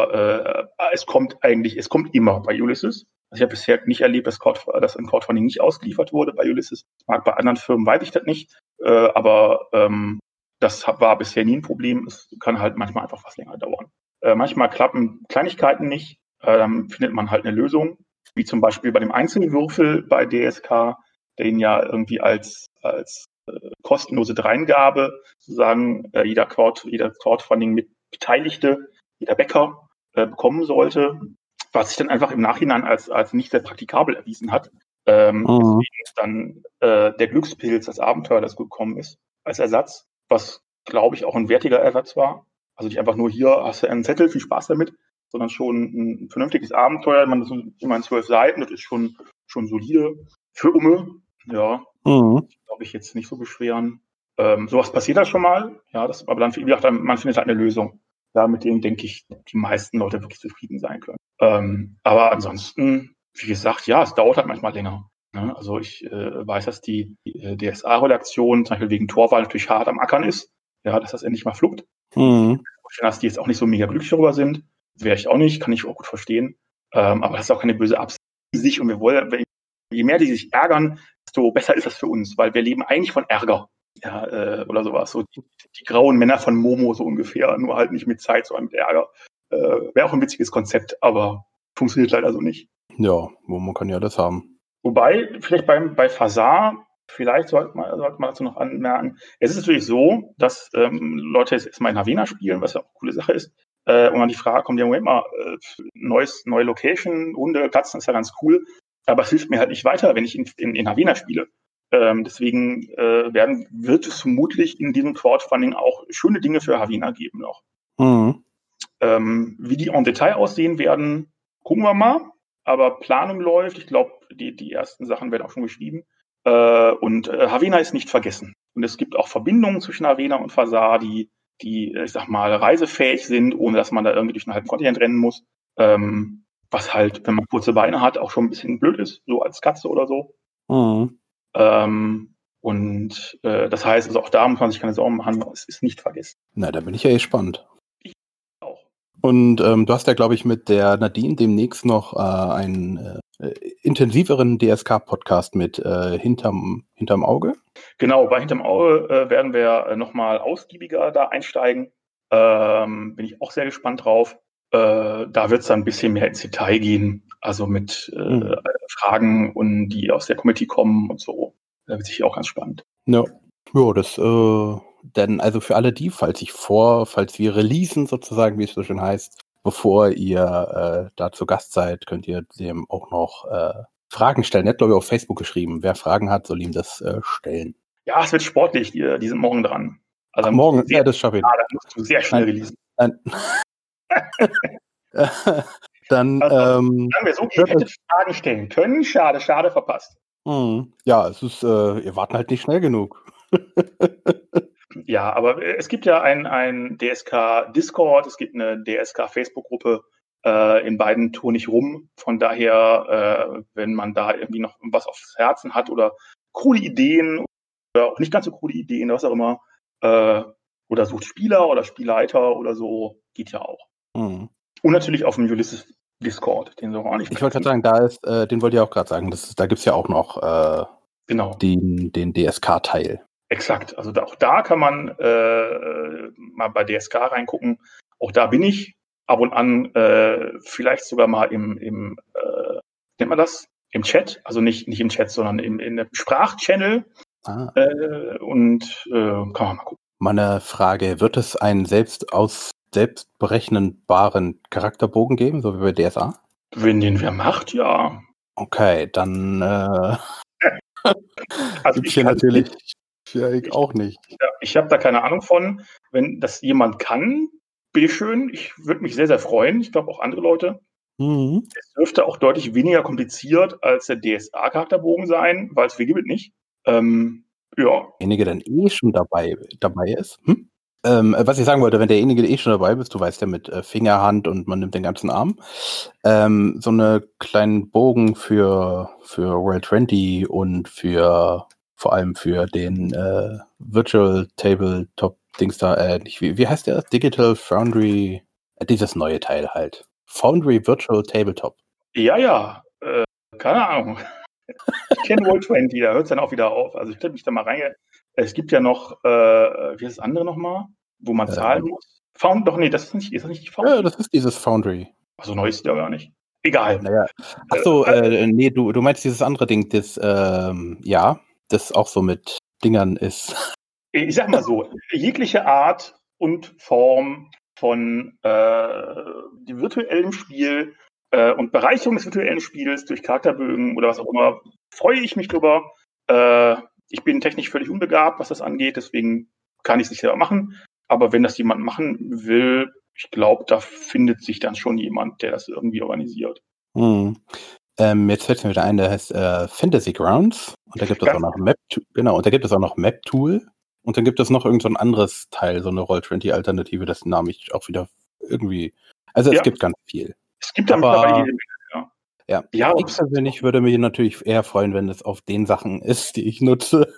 aber äh, es kommt eigentlich, es kommt immer bei Ulysses. Also ich habe bisher nicht erlebt, dass, Crowd, dass ein Crowdfunding nicht ausgeliefert wurde bei Ulysses. Mag bei anderen Firmen, weiß ich das nicht. Äh, aber ähm, das war bisher nie ein Problem. Es kann halt manchmal einfach was länger dauern. Äh, manchmal klappen Kleinigkeiten nicht. Äh, dann findet man halt eine Lösung. Wie zum Beispiel bei dem Einzelwürfel bei D S K, den ja irgendwie als, als äh, kostenlose Dreingabe sozusagen äh, jeder, Crowd, jeder Crowdfunding mit Beteiligte, jeder Bäcker äh, bekommen sollte, was sich dann einfach im Nachhinein als, als nicht sehr praktikabel erwiesen hat. Ähm, Mhm. Deswegen ist dann äh, der Glückspilz, das Abenteuer, das gekommen ist, als Ersatz, was, glaube ich, auch ein wertiger Ersatz war. Also nicht einfach nur hier hast du einen Zettel, viel Spaß damit, sondern schon ein vernünftiges Abenteuer. Man, das sind immerhin zwölf Seiten, das ist schon, schon solide. Für Umme, ja, Mhm. glaube ich, jetzt nicht so beschweren. Ähm, sowas passiert da schon mal, ja, das, aber dann, wie gesagt, man findet halt eine Lösung, ja, mit dem, denke ich, die meisten Leute wirklich zufrieden sein können. Ähm, aber ansonsten, wie gesagt, ja, es dauert halt manchmal länger. Ne? Also ich äh, weiß, dass die, die äh, D S A-Redaktion zum Beispiel wegen Torwahl natürlich hart am Ackern ist, ja, dass das endlich mal fluppt. Mhm. Dass die jetzt auch nicht so mega glücklich darüber sind, wäre ich auch nicht, kann ich auch gut verstehen. Ähm, aber das ist auch keine böse Absicht sich und wir wollen, wenn, je mehr die sich ärgern, desto besser ist das für uns, weil wir leben eigentlich von Ärger, ja, äh, oder sowas. So die, die grauen Männer von Momo so ungefähr, nur halt nicht mit Zeit, sondern mit Ärger. Äh, wäre auch ein witziges Konzept, aber funktioniert leider so nicht. Ja, wo man kann ja alles haben. Wobei, vielleicht beim, bei Fasar, vielleicht sollte man, sollte man dazu noch anmerken, es ist natürlich so, dass ähm, Leute jetzt erstmal in Havena spielen, was ja auch eine coole Sache ist, äh, und dann die Frage kommt, ja, Moment mal, äh, neues, neue Location, Hunde, Katzen ist ja ganz cool, aber es hilft mir halt nicht weiter, wenn ich in, in, in Havena spiele. Ähm, deswegen äh, werden, wird es vermutlich in diesem Crowdfunding auch schöne Dinge für Havena geben noch. Mhm. Ähm, wie die en Detail aussehen werden, gucken wir mal. Aber Planung läuft. Ich glaube, die, die ersten Sachen werden auch schon geschrieben. Äh, und äh, Havena ist nicht vergessen. Und es gibt auch Verbindungen zwischen Havena und Fasar, die, die, ich sag mal, reisefähig sind, ohne dass man da irgendwie durch einen halben Kontinent rennen muss. Ähm, was halt, wenn man kurze Beine hat, auch schon ein bisschen blöd ist, so als Katze oder so. Mhm. Ähm, und äh, das heißt, also auch da muss man sich keine Sorgen machen, es ist nicht vergessen. Na, da bin ich ja gespannt. Ich auch. Und ähm, du hast ja, glaube ich, mit der Nadine demnächst noch äh, einen äh, intensiveren D S K-Podcast mit äh, hinterm, hinterm Auge. Genau, bei Hinterm Auge äh, werden wir äh, nochmal ausgiebiger da einsteigen. Ähm, bin ich auch sehr gespannt drauf. Äh, da wird es dann ein bisschen mehr ins Detail gehen, also mit äh, Hm. Fragen, und die aus der Community kommen und so. Da wird sicher auch ganz spannend. Ja, ja das, äh, denn also für alle die, falls ich vor, falls wir releasen sozusagen, wie es so schön heißt, bevor ihr äh, da zu Gast seid, könnt ihr dem auch noch äh, Fragen stellen. Er hat, glaube ich, auf Facebook geschrieben. Wer Fragen hat, soll ihm das äh, stellen. Ja, es wird sportlich, die, die sind morgen dran. Also Ach, da musst du morgen, sehr, ja, das schaffe ich. ah, da musst du sehr schnell Nein. releasen. Nein. Dann, Also, ähm, sagen wir so, ihr hört hättet Fragen stellen können. Schade, schade, verpasst. Hm. Ja, es ist, äh, ihr warten halt nicht schnell genug. Ja, aber äh, es gibt ja ein, ein D S K-Discord, es gibt eine D S K-Facebook-Gruppe. Äh, in beiden tue ich rum. Von daher, äh, wenn man da irgendwie noch was aufs Herzen hat oder coole Ideen oder auch nicht ganz so coole Ideen, was auch immer, äh, oder sucht Spieler oder Spielleiter oder so, geht ja auch. Hm. Und natürlich auf dem Ulysses Discord, den soll man auch nicht Ich wollte vergessen. gerade sagen, da ist, äh, den wollte ich auch gerade sagen, das, da gibt es ja auch noch äh, Genau. den, den D S K-Teil. Exakt. Also da, auch da kann man äh, mal bei D S K reingucken. Auch da bin ich ab und an, äh, vielleicht sogar mal im, im äh, nennt man das? Im Chat. Also nicht, nicht im Chat, sondern im, in dem Sprachchannel. Ah. Äh, und äh, kann man mal gucken. Meine Frage, wird es einen selbst aus selbst berechnenbaren Charakterbogen geben, so wie bei D S A? Wenn den wer macht, ja. Okay, dann äh, Also gibt's ich hier kann natürlich nicht. ich Ich, auch nicht. ja, ich habe da keine Ahnung von. Wenn das jemand kann, bitteschön. Ich würde mich sehr, sehr freuen. Ich glaube auch andere Leute. Mhm. Es dürfte auch deutlich weniger kompliziert als der D S A-Charakterbogen sein, weil es viel gibt nicht. Ähm, ja. Derjenige dann eh schon dabei, dabei ist. Hm? Ähm, was ich sagen wollte, wenn derjenige eh schon dabei bist, du weißt ja mit äh, Fingerhand und man nimmt den ganzen Arm, ähm, so eine kleinen Bogen für, für Roll zwanzig und für vor allem für den äh, Virtual Tabletop Dings da, äh, nicht, wie, wie heißt der? Digital Foundry, äh, dieses neue Teil halt. Foundry Virtual Tabletop. Ja, ja. Äh, keine Ahnung. Ich kenne Roll zwanzig, da hört es dann auch wieder auf. Also ich könnte mich da mal rein. Es gibt ja noch, äh, wie heißt das andere nochmal, wo man Äh, zahlen muss. Found, doch, nee, das ist nicht, ist das nicht die Ja, Foundry? das ist dieses Foundry. Also neu ist der gar nicht. Egal. Naja. Ach so, äh, nee, du, du meinst dieses andere Ding, das, ähm, ja, das auch so mit Dingern ist. Ich sag mal so, jegliche Art und Form von äh, dem virtuellen Spiel äh, und Bereicherung des virtuellen Spiels durch Charakterbögen oder was auch immer, freue ich mich drüber. Äh, ich bin technisch völlig unbegabt, was das angeht, deswegen kann ich es nicht selber machen. Aber wenn das jemand machen will, ich glaube, da findet sich dann schon jemand, der das irgendwie organisiert. Hm. Ähm, jetzt fällt mir wieder ein, der heißt äh, Fantasy Grounds und da gibt es Ganz auch noch Map, genau, und da gibt es auch noch Map Tool und dann gibt es noch irgend so ein anderes Teil, so eine Roll zwanzig Alternative, das Name ich auch wieder irgendwie. Also es Ja. gibt ganz viel. Es gibt da Aber mittlerweile jede Menge, ja. ja, Ja, ich persönlich würde mich natürlich eher freuen, wenn es auf den Sachen ist, die ich nutze.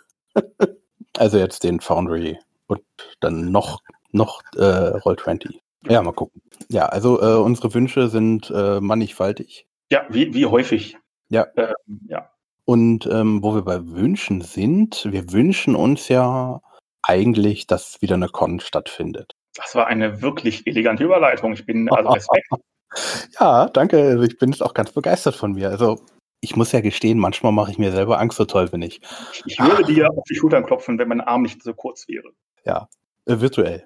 Also jetzt den Foundry und dann noch, noch äh, Roll zwanzig. Ja, mal gucken. Ja, also äh, unsere Wünsche sind äh, mannigfaltig. Ja, wie, wie häufig. Ja. Ähm, ja. Und ähm, wo wir bei Wünschen sind, wir wünschen uns ja eigentlich, dass wieder eine Con stattfindet. Das war eine wirklich elegante Überleitung. Ich bin, also Respekt. Ja, danke. Also ich bin jetzt auch ganz begeistert von mir. Also ich muss ja gestehen, manchmal mache ich mir selber Angst, so toll bin ich. Ich, ich würde dir auf die Schultern klopfen, wenn mein Arm nicht so kurz wäre. Ja, äh, virtuell.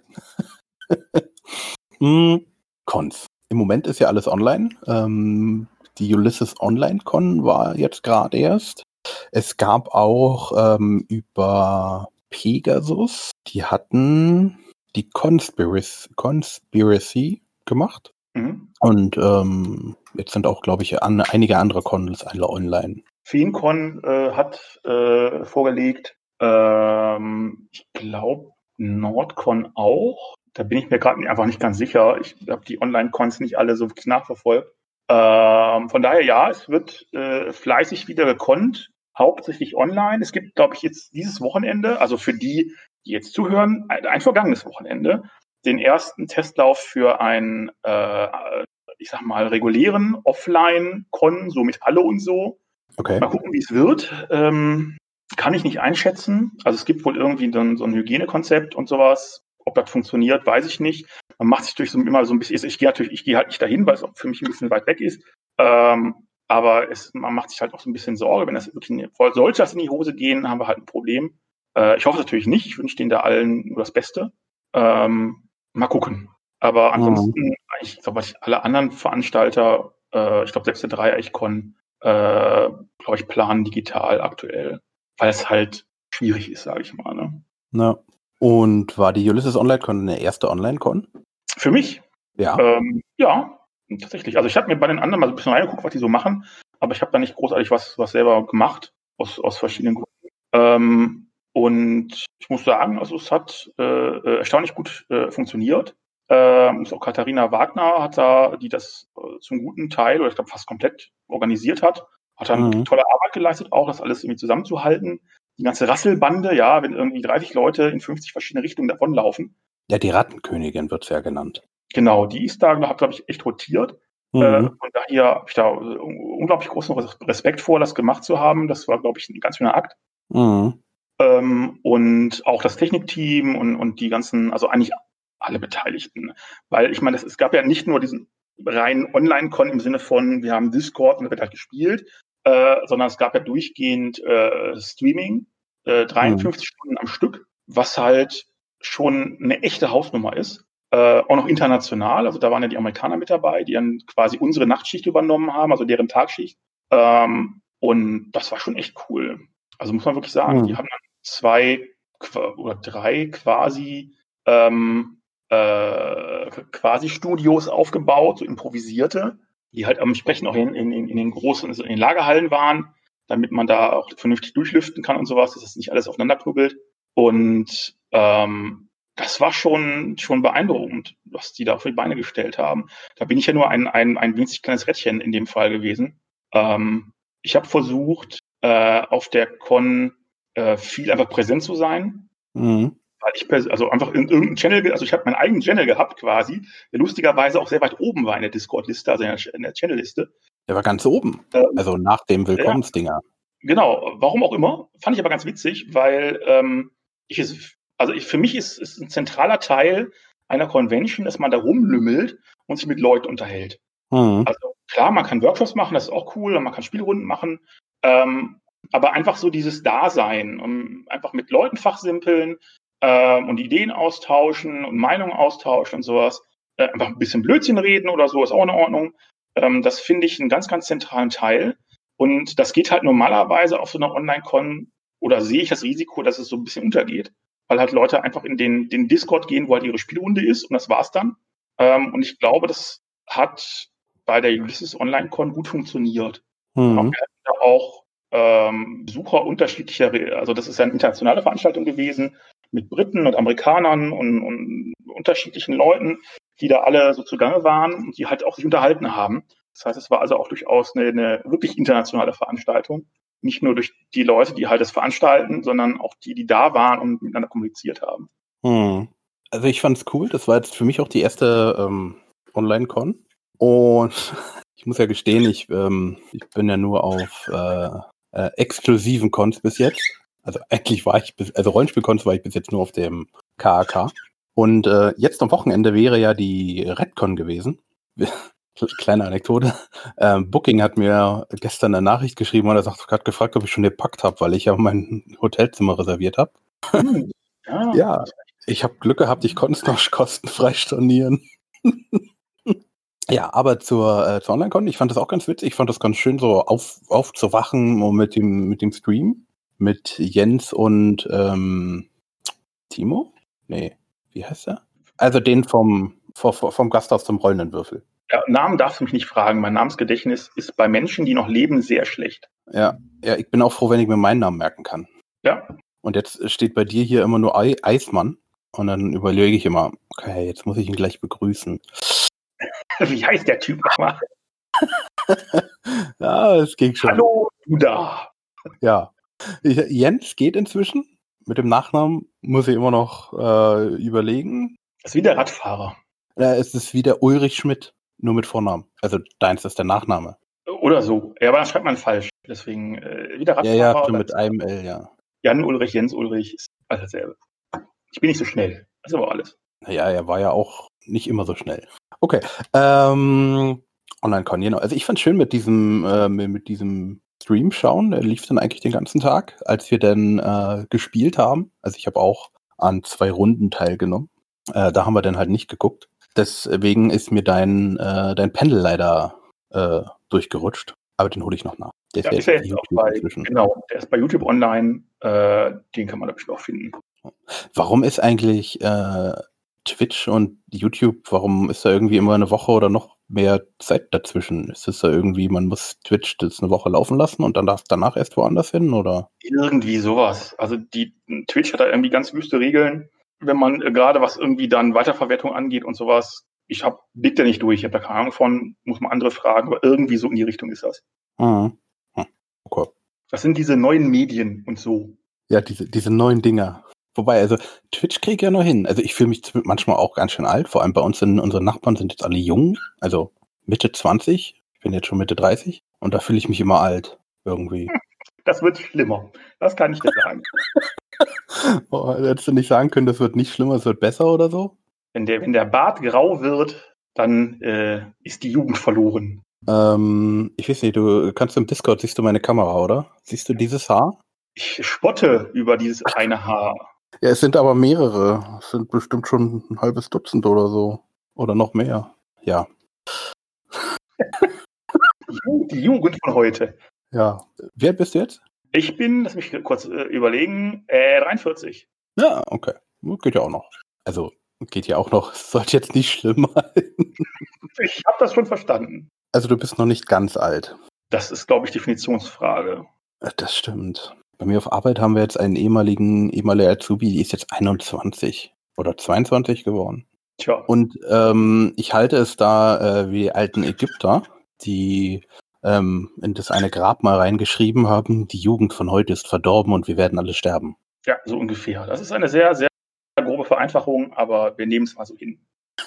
mm, Cons. Im Moment ist ja alles online. Ähm, die Ulysses Online Con war jetzt gerade erst. Es gab auch ähm, über Pegasus, die hatten die Conspiracy, Conspiracy gemacht. Mhm. Und ähm, jetzt sind auch, glaube ich, an, einige andere Cons alle online. FeenCon äh, hat äh, vorgelegt, ähm, ich glaube Nordcon auch. Da bin ich mir gerade einfach nicht ganz sicher. Ich habe die Online-Cons nicht alle so nachverfolgt. Ähm, von daher ja, es wird äh, fleißig wieder gekonnt, hauptsächlich online. Es gibt, glaube ich, jetzt dieses Wochenende, also für die, die jetzt zuhören, ein, ein vergangenes Wochenende, den ersten Testlauf für einen, äh, ich sag mal, regulären Offline-Con, so mit Halle und so. Okay. Mal gucken, wie es wird. Ähm, kann ich nicht einschätzen. Also es gibt wohl irgendwie so ein, so ein Hygienekonzept und sowas. Ob das funktioniert, weiß ich nicht. Man macht sich durch so immer so ein bisschen, ich gehe natürlich, ich gehe halt nicht dahin, weil es auch für mich ein bisschen weit weg ist. Ähm, aber es, man macht sich halt auch so ein bisschen Sorge, wenn das wirklich sollte das in die Hose gehen, haben wir halt ein Problem. Äh, ich hoffe es natürlich nicht. Ich wünsche denen da allen nur das Beste. Ähm, mal gucken. Aber ansonsten, mhm. ich glaube, alle anderen Veranstalter, äh, ich glaube, selbst der Dreieich-Con, äh, glaube ich, planen digital aktuell, weil es halt schwierig ist, sage ich mal. Ne? Na. Und war die Ulysses Online-Con eine erste Online-Con? Für mich? Ja. Ähm, ja, tatsächlich. Also ich habe mir bei den anderen mal so ein bisschen reingeguckt, was die so machen, aber ich habe da nicht großartig was, was selber gemacht, aus, aus verschiedenen Gründen. Ähm, und ich muss sagen, also es hat äh, erstaunlich gut äh, funktioniert. Ähm, auch Katharina Wagner hat da, die das äh, zum guten Teil, oder ich glaube fast komplett organisiert hat, hat dann mhm. tolle Arbeit geleistet, auch das alles irgendwie zusammenzuhalten. Die ganze Rasselbande, ja, wenn irgendwie dreißig Leute in fünfzig verschiedene Richtungen davonlaufen. Ja, die Rattenkönigin wird es ja genannt. Genau, die ist da, hat, glaube ich, echt rotiert. Mhm. Äh, und daher habe ich da unglaublich großen Respekt vor, das gemacht zu haben. Das war, glaube ich, ein ganz schöner Akt. Mhm. Ähm, und auch das Technikteam und, und die ganzen, also eigentlich alle Beteiligten. Weil ich meine, es gab ja nicht nur diesen reinen Online-Con im Sinne von, wir haben Discord und da wird halt gespielt, äh, sondern es gab ja durchgehend äh, Streaming, äh, dreiundfünfzig mhm. Stunden am Stück, was halt schon eine echte Hausnummer ist. Äh, auch noch international, also da waren ja die Amerikaner mit dabei, die dann quasi unsere Nachtschicht übernommen haben, also deren Tagschicht. Ähm, und das war schon echt cool. Also muss man wirklich sagen, mhm. die haben dann zwei oder drei quasi ähm, äh, quasi Studios aufgebaut, so improvisierte, die halt entsprechend auch in, in, in den großen, also in den Lagerhallen waren, damit man da auch vernünftig durchlüften kann und sowas, dass das nicht alles aufeinander knubbelt. Und ähm, das war schon, schon beeindruckend, was die da auf die Beine gestellt haben. Da bin ich ja nur ein, ein, ein winzig kleines Rädchen in dem Fall gewesen. Ähm, ich habe versucht, äh, auf der Con äh, viel einfach präsent zu sein. Mhm. Weil ich also einfach in irgendeinem Channel, also ich habe meinen eigenen Channel gehabt quasi, der lustigerweise auch sehr weit oben war in der Discord-Liste, also in der, in der Channel-Liste. Der war ganz oben, ähm, also nach dem Willkommensdinger. Ja, genau, warum auch immer. Fand ich aber ganz witzig, weil ähm, ich es, also ich, für mich ist es ein zentraler Teil einer Convention, dass man da rumlümmelt und sich mit Leuten unterhält. Mhm. Also klar, man kann Workshops machen, das ist auch cool, und man kann Spielrunden machen, ähm, aber einfach so dieses Dasein, um einfach mit Leuten fachsimpeln, ähm, und Ideen austauschen und Meinungen austauschen und sowas. Äh, einfach ein bisschen Blödsinn reden oder so, ist auch in Ordnung. Ähm, das finde ich einen ganz, ganz zentralen Teil. Und das geht halt normalerweise auf so einer Online-Con, oder sehe ich das Risiko, dass es so ein bisschen untergeht, weil halt Leute einfach in den, den Discord gehen, wo halt ihre Spielrunde ist, und das war's dann. Ähm, und ich glaube, das hat bei der Ulysses Online-Con gut funktioniert. Mhm. Wir hatten da auch ähm, Besucher unterschiedlicher, also das ist ja eine internationale Veranstaltung gewesen, mit Briten und Amerikanern und, und unterschiedlichen Leuten, die da alle so zugange waren und die halt auch sich unterhalten haben. Das heißt, es war also auch durchaus eine, eine wirklich internationale Veranstaltung. Nicht nur durch die Leute, die halt das veranstalten, sondern auch die, die da waren und miteinander kommuniziert haben. Hm. Also ich fand's cool. Das war jetzt für mich auch die erste ähm, Online-Con. Und ich muss ja gestehen, ich, ähm, ich bin ja nur auf äh, äh, exklusiven Cons bis jetzt. Also eigentlich war ich, bis, also Rollenspiel-Cons war ich bis jetzt nur auf dem K A K. Und äh, jetzt am Wochenende wäre ja die Redcon gewesen. Kleine Anekdote. Ähm, Booking hat mir gestern eine Nachricht geschrieben und er sagt, hat gefragt, ob ich schon gepackt habe, weil ich ja mein Hotelzimmer reserviert habe. Hm. Ja, ja, ich habe Glück gehabt, ich konnte es noch kostenfrei stornieren. Ja, aber zur, äh, zur Online-Con, ich fand das auch ganz witzig. Ich fand das ganz schön, so auf, aufzuwachen mit dem, mit dem Stream. Mit Jens und ähm, Timo? Nee, wie heißt er? Also den vom, vom, vom Gasthaus zum rollenden Würfel. Ja, Namen darfst du mich nicht fragen. Mein Namensgedächtnis ist bei Menschen, die noch leben, sehr schlecht. Ja, ja, ich bin auch froh, wenn ich mir meinen Namen merken kann. Ja. Und jetzt steht bei dir hier immer nur I- Eismann. Und dann überlege ich immer, okay, jetzt muss ich ihn gleich begrüßen. Wie heißt der Typ nochmal? Ja, es ging schon. Hallo, du da. Ja. Jens geht inzwischen. Mit dem Nachnamen muss ich immer noch äh, überlegen. Das ist wie der Radfahrer. Äh, es ist wie der Ulrich Schmidt, nur mit Vornamen. Also deins ist der Nachname. Oder so. Ja, aber das schreibt man falsch. Deswegen äh, wie der Ja, ja, Radfahrer. stimmt, mit einem L, ja. Jan Ulrich, Jens Ulrich ist alles dasselbe. Ich bin nicht so schnell. Das ist aber alles. Naja, er war ja auch nicht immer so schnell. Okay. Ähm, Online-Con, genau. Also ich fand schön mit diesem, äh, mit diesem Stream schauen. Der lief dann eigentlich den ganzen Tag, als wir dann äh, gespielt haben. Also ich habe auch an zwei Runden teilgenommen. Äh, da haben wir dann halt nicht geguckt. Deswegen ist mir dein, äh, dein Pendel leider äh, durchgerutscht. Aber den hole ich noch nach. Der Ja, ist ist ja jetzt jetzt auf auch YouTube bei, inzwischen. genau, der ist bei YouTube online. Äh, den kann man, glaube ich, auch finden. Warum ist eigentlich äh, Twitch und YouTube, warum ist da irgendwie immer eine Woche oder noch mehr Zeit dazwischen? Ist das da irgendwie, man muss Twitch das eine Woche laufen lassen und dann darf danach erst woanders hin, oder? Irgendwie sowas. Also die Twitch hat da irgendwie ganz wüste Regeln, wenn man äh, gerade was irgendwie dann Weiterverwertung angeht und sowas. Ich hab, blick da nicht durch, ich habe da keine Ahnung von, muss man andere fragen, aber irgendwie so in die Richtung ist das. Mhm. Hm. Okay. Das sind diese neuen Medien und so. Ja, diese, diese neuen Dinger. Wobei, also Twitch krieg ich ja noch hin. Also ich fühle mich manchmal auch ganz schön alt. Vor allem bei uns sind unsere Nachbarn sind jetzt alle jung. Also Mitte zwanzig. Ich bin jetzt schon Mitte dreißig. Und da fühle ich mich immer alt. Irgendwie. Das wird schlimmer. Das kann ich dir sagen. Oh, hättest du nicht sagen können, das wird nicht schlimmer, es wird besser oder so? Wenn der, wenn der Bart grau wird, dann äh, ist die Jugend verloren. Ähm, ich weiß nicht, du kannst im Discord, siehst du meine Kamera, oder? Siehst du dieses Haar? Ich spotte über dieses eine Haar. Ja, es sind aber mehrere. Es sind bestimmt schon ein halbes Dutzend oder so. Oder noch mehr. Ja. Die, Ju- die Jugend von heute. Ja. Wie alt bist du jetzt? Ich bin, lass mich kurz äh, überlegen, äh, dreiundvierzig. Ja, okay. Geht ja auch noch. Also, geht ja auch noch. Es sollte jetzt nicht schlimm sein. Ich habe das schon verstanden. Also, du bist noch nicht ganz alt. Das ist, glaube ich, Definitionsfrage. Das stimmt. Bei mir auf Arbeit haben wir jetzt einen ehemaligen, ehemaligen Azubi, die ist jetzt einundzwanzig oder zweiundzwanzig geworden. Tja. Und ähm, ich halte es da äh, wie die alten Ägypter, die ähm, in das eine Grab mal reingeschrieben haben, die Jugend von heute ist verdorben und wir werden alle sterben. Ja, so ungefähr. Das ist eine sehr, sehr grobe Vereinfachung, aber wir nehmen es mal so hin.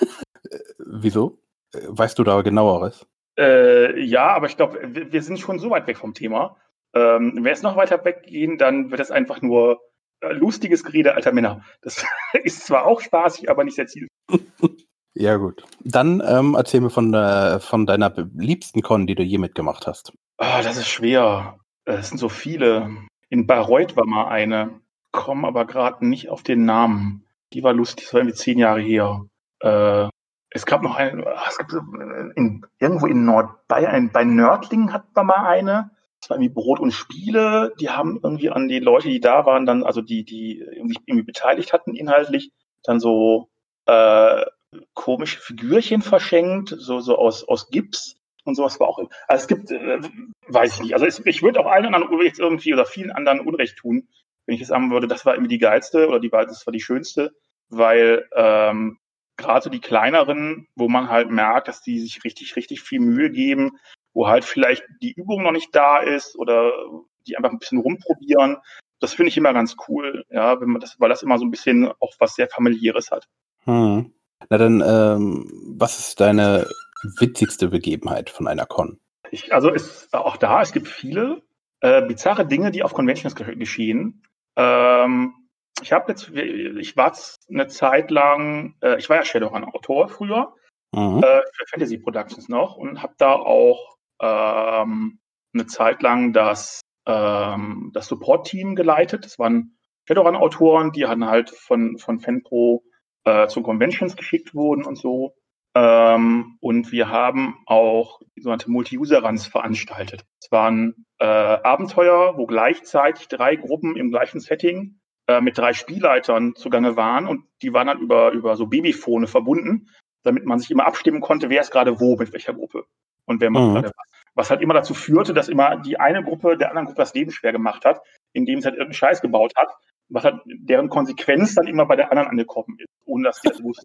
Äh, wieso? Äh, Weißt du da genaueres? Äh, ja, aber ich glaube, wir, wir sind schon so weit weg vom Thema. Ähm, wenn wir jetzt noch weiter weggehen, dann wird das einfach nur äh, lustiges Gerede alter Männer. Das ist zwar auch spaßig, aber nicht sehr zielführend. Ja, gut. Dann ähm, erzähl mir von, äh, von deiner liebsten Con, die du je mitgemacht hast. Ah, das ist schwer. Es sind so viele. In Bayreuth war mal eine, komme aber gerade nicht auf den Namen. Die war lustig, das war irgendwie zehn Jahre her. Äh, es gab noch eine, es gab so, äh, in, irgendwo in Nordbayern, bei Nördlingen hatten wir mal eine. Das war irgendwie Brot und Spiele. Die haben irgendwie an die Leute, die da waren, dann, also die, die sich irgendwie beteiligt hatten inhaltlich, dann so äh, komische Figürchen verschenkt, so, so aus, aus Gips und sowas war auch. Also es gibt, äh, weiß ich nicht. Also es, ich würde auch allen anderen jetzt irgendwie oder vielen anderen Unrecht tun, wenn ich jetzt sagen würde, das war irgendwie die geilste oder die war, das war die schönste, weil ähm, gerade so die kleineren, wo man halt merkt, dass die sich richtig, richtig viel Mühe geben, wo halt vielleicht die Übung noch nicht da ist oder die einfach ein bisschen rumprobieren. Das finde ich immer ganz cool, ja, wenn man das, weil das immer so ein bisschen auch was sehr Familiäres hat. Hm. Na dann, ähm, was ist deine witzigste Begebenheit von einer Con? Ich, also ist auch da, es gibt viele äh, bizarre Dinge, die auf Conventions ge- geschehen. Ähm, ich habe jetzt, ich war eine Zeit lang, äh, ich war ja Shadowrun-Autor früher, Mhm. äh, für Fantasy Productions noch und habe da auch ähm, eine Zeit lang das, ähm, das Support-Team geleitet. Das waren Shadowrun-Autoren, die dann halt von, von FanPro äh, zu Conventions geschickt wurden und so. Ähm, und wir haben auch die sogenannte Multi-User-Runs veranstaltet. Es waren äh, Abenteuer, wo gleichzeitig drei Gruppen im gleichen Setting äh, mit drei Spielleitern zugange waren und die waren dann über, über so Babyphone verbunden, damit man sich immer abstimmen konnte, wer ist gerade wo, mit welcher Gruppe und wer macht Mhm. gerade was. Was halt immer dazu führte, dass immer die eine Gruppe der anderen Gruppe das Leben schwer gemacht hat, indem es halt irgendeinen Scheiß gebaut hat, was halt deren Konsequenz dann immer bei der anderen angekommen ist, ohne dass die das wussten.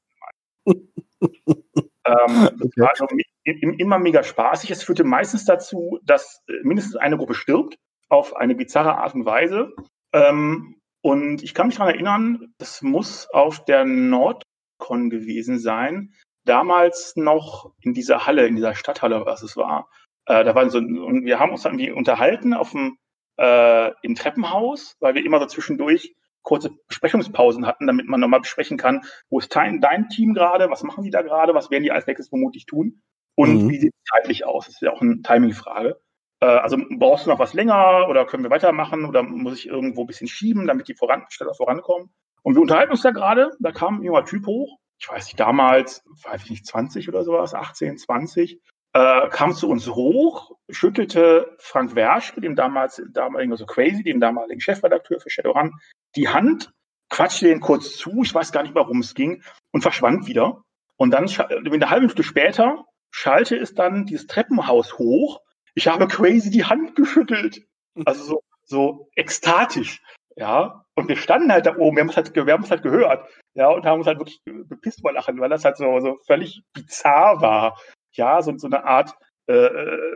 ähm, das Okay. war also immer mega spaßig. Es führte meistens dazu, dass mindestens eine Gruppe stirbt, auf eine bizarre Art und Weise. Ähm, und ich kann mich daran erinnern, das muss auf der Nordcon BlizzCon gewesen sein. Damals noch in dieser Halle, in dieser Stadthalle, was es war. Äh, da waren so, und wir haben uns dann irgendwie unterhalten auf dem, äh, im Treppenhaus, weil wir immer so zwischendurch kurze Besprechungspausen hatten, damit man nochmal besprechen kann, wo ist dein, dein Team gerade, was machen die da gerade, was werden die als nächstes vermutlich tun und Mhm. wie sieht es zeitlich aus? Das ist ja auch eine Timing-Frage. Äh, also brauchst du noch was länger oder können wir weitermachen oder muss ich irgendwo ein bisschen schieben, damit die voran, schneller vorankommen? Und wir unterhalten uns da gerade, da kam ein junger Typ hoch, ich weiß nicht, damals, weiß ich nicht, zwanzig oder sowas, achtzehn, zwanzig, äh, kam zu uns hoch, schüttelte Frank Werschke, dem damals, damaligen, also Crazy, dem damaligen Chefredakteur für Shadowrun, die Hand, quatschte den kurz zu, ich weiß gar nicht, warum es ging, und verschwand wieder. Und dann, eine halbe Stunde später, schallte es dann dieses Treppenhaus hoch. Ich habe Crazy die Hand geschüttelt. Also so, so ekstatisch. Ja, und wir standen halt da oben, wir haben es halt, wir haben es halt gehört, ja, und haben uns halt wirklich bepisst vor Lachen, weil das halt so, so völlig bizarr war. Ja, so, so eine Art äh,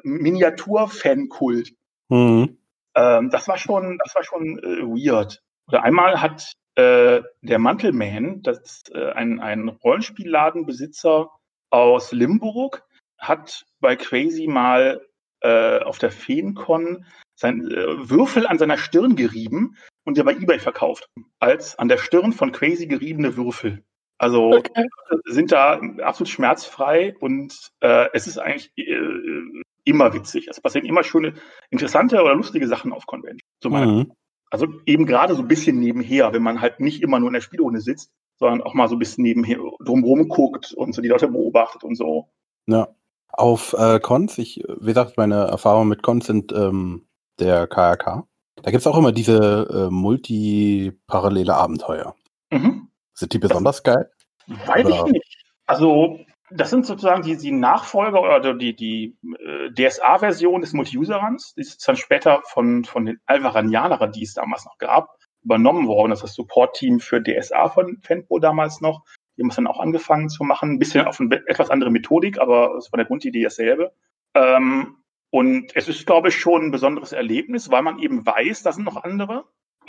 Miniatur-Fankult. Mhm. Ähm, das war schon, das war schon äh, weird. Oder einmal hat äh, der Mantelman, das ist äh, ein, ein Rollenspielladenbesitzer aus Limburg, hat bei Crazy mal äh, auf der Feencon sein äh, Würfel an seiner Stirn gerieben und der bei eBay verkauft. Als an der Stirn von Crazy geriebene Würfel. Also Okay. sind da absolut schmerzfrei und äh, es ist eigentlich äh, immer witzig. Es passieren immer schöne, interessante oder lustige Sachen auf Convention. So meine, Mhm. also eben gerade so ein bisschen nebenher, wenn man halt nicht immer nur in der Spielrunde sitzt, sondern auch mal so ein bisschen nebenher drumherum guckt und so die Leute beobachtet und so. Ja. Auf äh, Cons, ich, wie gesagt, meine Erfahrungen mit Cons sind ähm, der K R K. Da gibt es auch immer diese äh, multi-parallele Abenteuer. Mhm. Sind die besonders geil? Weiß Oder? ich nicht. Also, das sind sozusagen die, die Nachfolger oder die, die äh, D S A-Version des Multi-User-Runs. Die ist dann später von, von den Alvaranianern, die es damals noch gab, übernommen worden. Das ist das Support-Team für D S A von Fanpro damals noch. Die haben es dann auch angefangen zu machen. Ein bisschen auf eine etwas andere Methodik, aber es war der Grundidee dasselbe. Ähm, und es ist, glaube ich, schon ein besonderes Erlebnis, weil man eben weiß, da sind noch andere.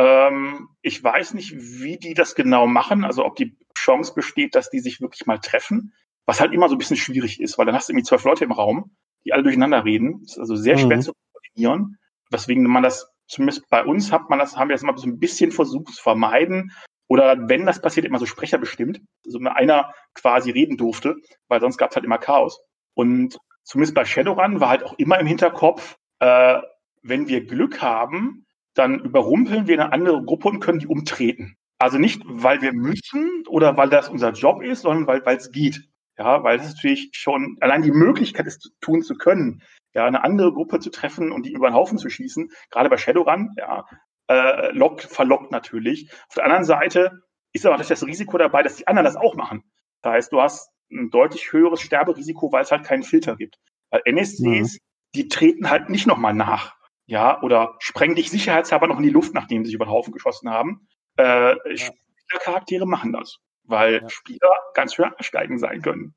Ähm, ich weiß nicht, wie die das genau machen, also ob die Chance besteht, dass die sich wirklich mal treffen, was halt immer so ein bisschen schwierig ist, weil dann hast du irgendwie zwölf Leute im Raum, die alle durcheinander reden. Das ist also sehr schwer Mhm. zu koordinieren. Weswegen man das, zumindest bei uns hat man das, haben wir das immer so ein bisschen versucht zu vermeiden. Oder wenn das passiert, immer so Sprecher bestimmt, also wenn einer quasi reden durfte, weil sonst gab es halt immer Chaos. Und zumindest bei Shadowrun war halt auch immer im Hinterkopf, äh, wenn wir Glück haben, dann überrumpeln wir eine andere Gruppe und können die umtreten. Also nicht, weil wir müssen oder weil das unser Job ist, sondern weil weil es geht. Ja, weil es natürlich schon allein die Möglichkeit ist, tun zu können, ja, eine andere Gruppe zu treffen und die über den Haufen zu schießen, gerade bei Shadowrun, ja, äh, lockt, verlockt natürlich. Auf der anderen Seite ist aber natürlich das Risiko dabei, dass die anderen das auch machen. Das heißt, du hast ein deutlich höheres Sterberisiko, weil es halt keinen Filter gibt. Weil N S Cs, Mhm. die treten halt nicht nochmal nach. Ja, oder sprengen dich sicherheitshalber noch in die Luft, nachdem sie sich über den Haufen geschossen haben. Äh, Ja. Spielercharaktere machen das, weil Ja. Spieler ganz schön ansteigend sein können.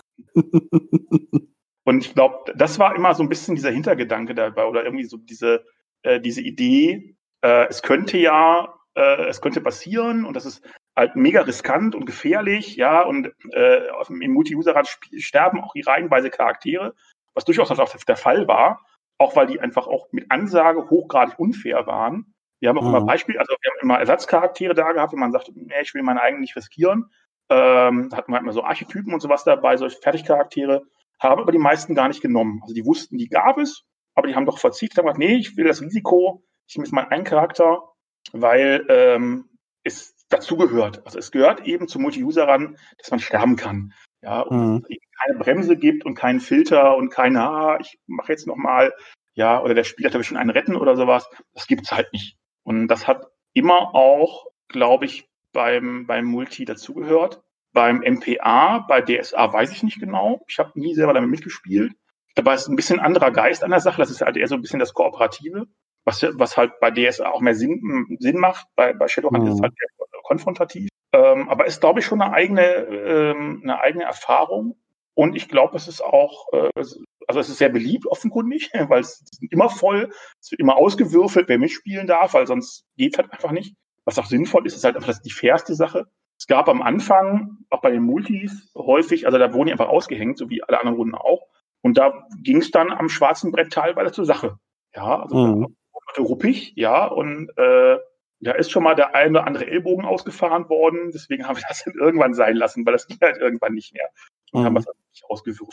Und ich glaube, das war immer so ein bisschen dieser Hintergedanke dabei oder irgendwie so diese, äh, diese Idee, äh, es könnte ja, äh, es könnte passieren und das ist halt mega riskant und gefährlich, ja, und äh, im Multi-User-Rad sterben auch reihenweise Charaktere, was durchaus auch der Fall war, auch weil die einfach auch mit Ansage hochgradig unfair waren. Wir haben auch immer Mhm. Beispiele, also wir haben immer Ersatzcharaktere da gehabt, wenn man sagt, nee, ich will meine eigenen nicht riskieren. Ähm, hat man halt immer so Archetypen und sowas dabei, solche Fertigcharaktere, haben aber die meisten gar nicht genommen. Also die wussten, die gab es, aber die haben doch verzichtet, haben gesagt, nee, ich will das Risiko, ich nehme jetzt mal einen Charakter, weil ähm, es dazugehört. Also es gehört eben zum Multi-User ran, dass man sterben kann. Ja, und Mhm. dass es eben keine Bremse gibt und keinen Filter und keine, ah, ich mache jetzt nochmal, ja, oder der Spieler will schon einen retten oder sowas. Das gibt es halt nicht. Und das hat immer auch, glaube ich, beim, beim Multi dazugehört. Beim M P A, bei D S A weiß ich nicht genau. Ich habe nie selber damit mitgespielt. Dabei ist ein bisschen anderer Geist an der Sache. Das ist halt eher so ein bisschen das Kooperative, was, was halt bei D S A auch mehr Sinn, Sinn macht. Bei, bei Shadowrun ist es halt eher konfrontativ. Ähm, aber ist, glaube ich, schon eine eigene, ähm, eine eigene Erfahrung. Und ich glaube, es ist auch, äh, also es ist sehr beliebt offenkundig, weil es ist immer voll, es wird immer ausgewürfelt, wer mitspielen darf, weil sonst geht es halt einfach nicht. Was auch sinnvoll ist, ist halt einfach das die fairste Sache. Es gab am Anfang, auch bei den Multis, häufig, also da wurden die einfach ausgehängt, so wie alle anderen Runden auch. Und da ging es dann am schwarzen Brett teilweise zur Sache. Ja, also Mhm. da ruppig, ja, und äh, da ist schon mal der eine oder andere Ellbogen ausgefahren worden. Deswegen haben wir das dann irgendwann sein lassen, weil das ging halt irgendwann nicht mehr. Und haben Mhm. das dann nicht ausgewürfelt.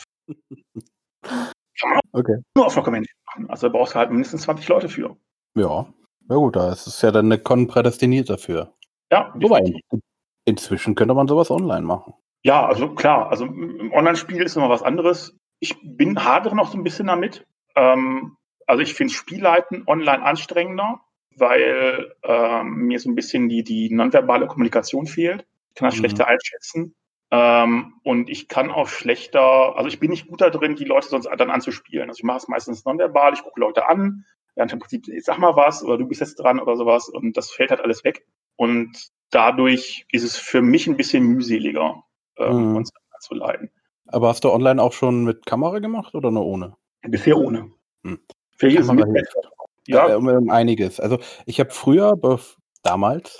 Kann man auch Okay. nur auf einer Convention machen. Also da brauchst du halt mindestens zwanzig Leute für. Ja. Ja gut, da ist es ja dann eine Con prädestiniert dafür. Ja, Wobei, definitiv. inzwischen könnte man sowas online machen. Ja, also klar, also im Online-Spiel ist immer was anderes. Ich bin hadere noch so ein bisschen damit. Ähm, also ich finde Spielleiten online anstrengender, weil ähm, mir so ein bisschen die, die nonverbale Kommunikation fehlt. Ich kann das Mhm. schlechter einschätzen. Ähm, und ich kann auch schlechter, also ich bin nicht gut da drin, die Leute sonst dann anzuspielen. Also ich mache es meistens nonverbal, ich gucke Leute an, ja, im Prinzip, sag mal was, oder du bist jetzt dran oder sowas, und das fällt halt alles weg. Und dadurch ist es für mich ein bisschen mühseliger, ähm, Mhm. uns anzuleiten. Aber hast du online auch schon mit Kamera gemacht oder nur ohne? Bisher ohne. Hm. Vielleicht ist es Kamera mit hilft. besser. Ja, Ja, um, um einiges. Also ich habe früher, bef- damals,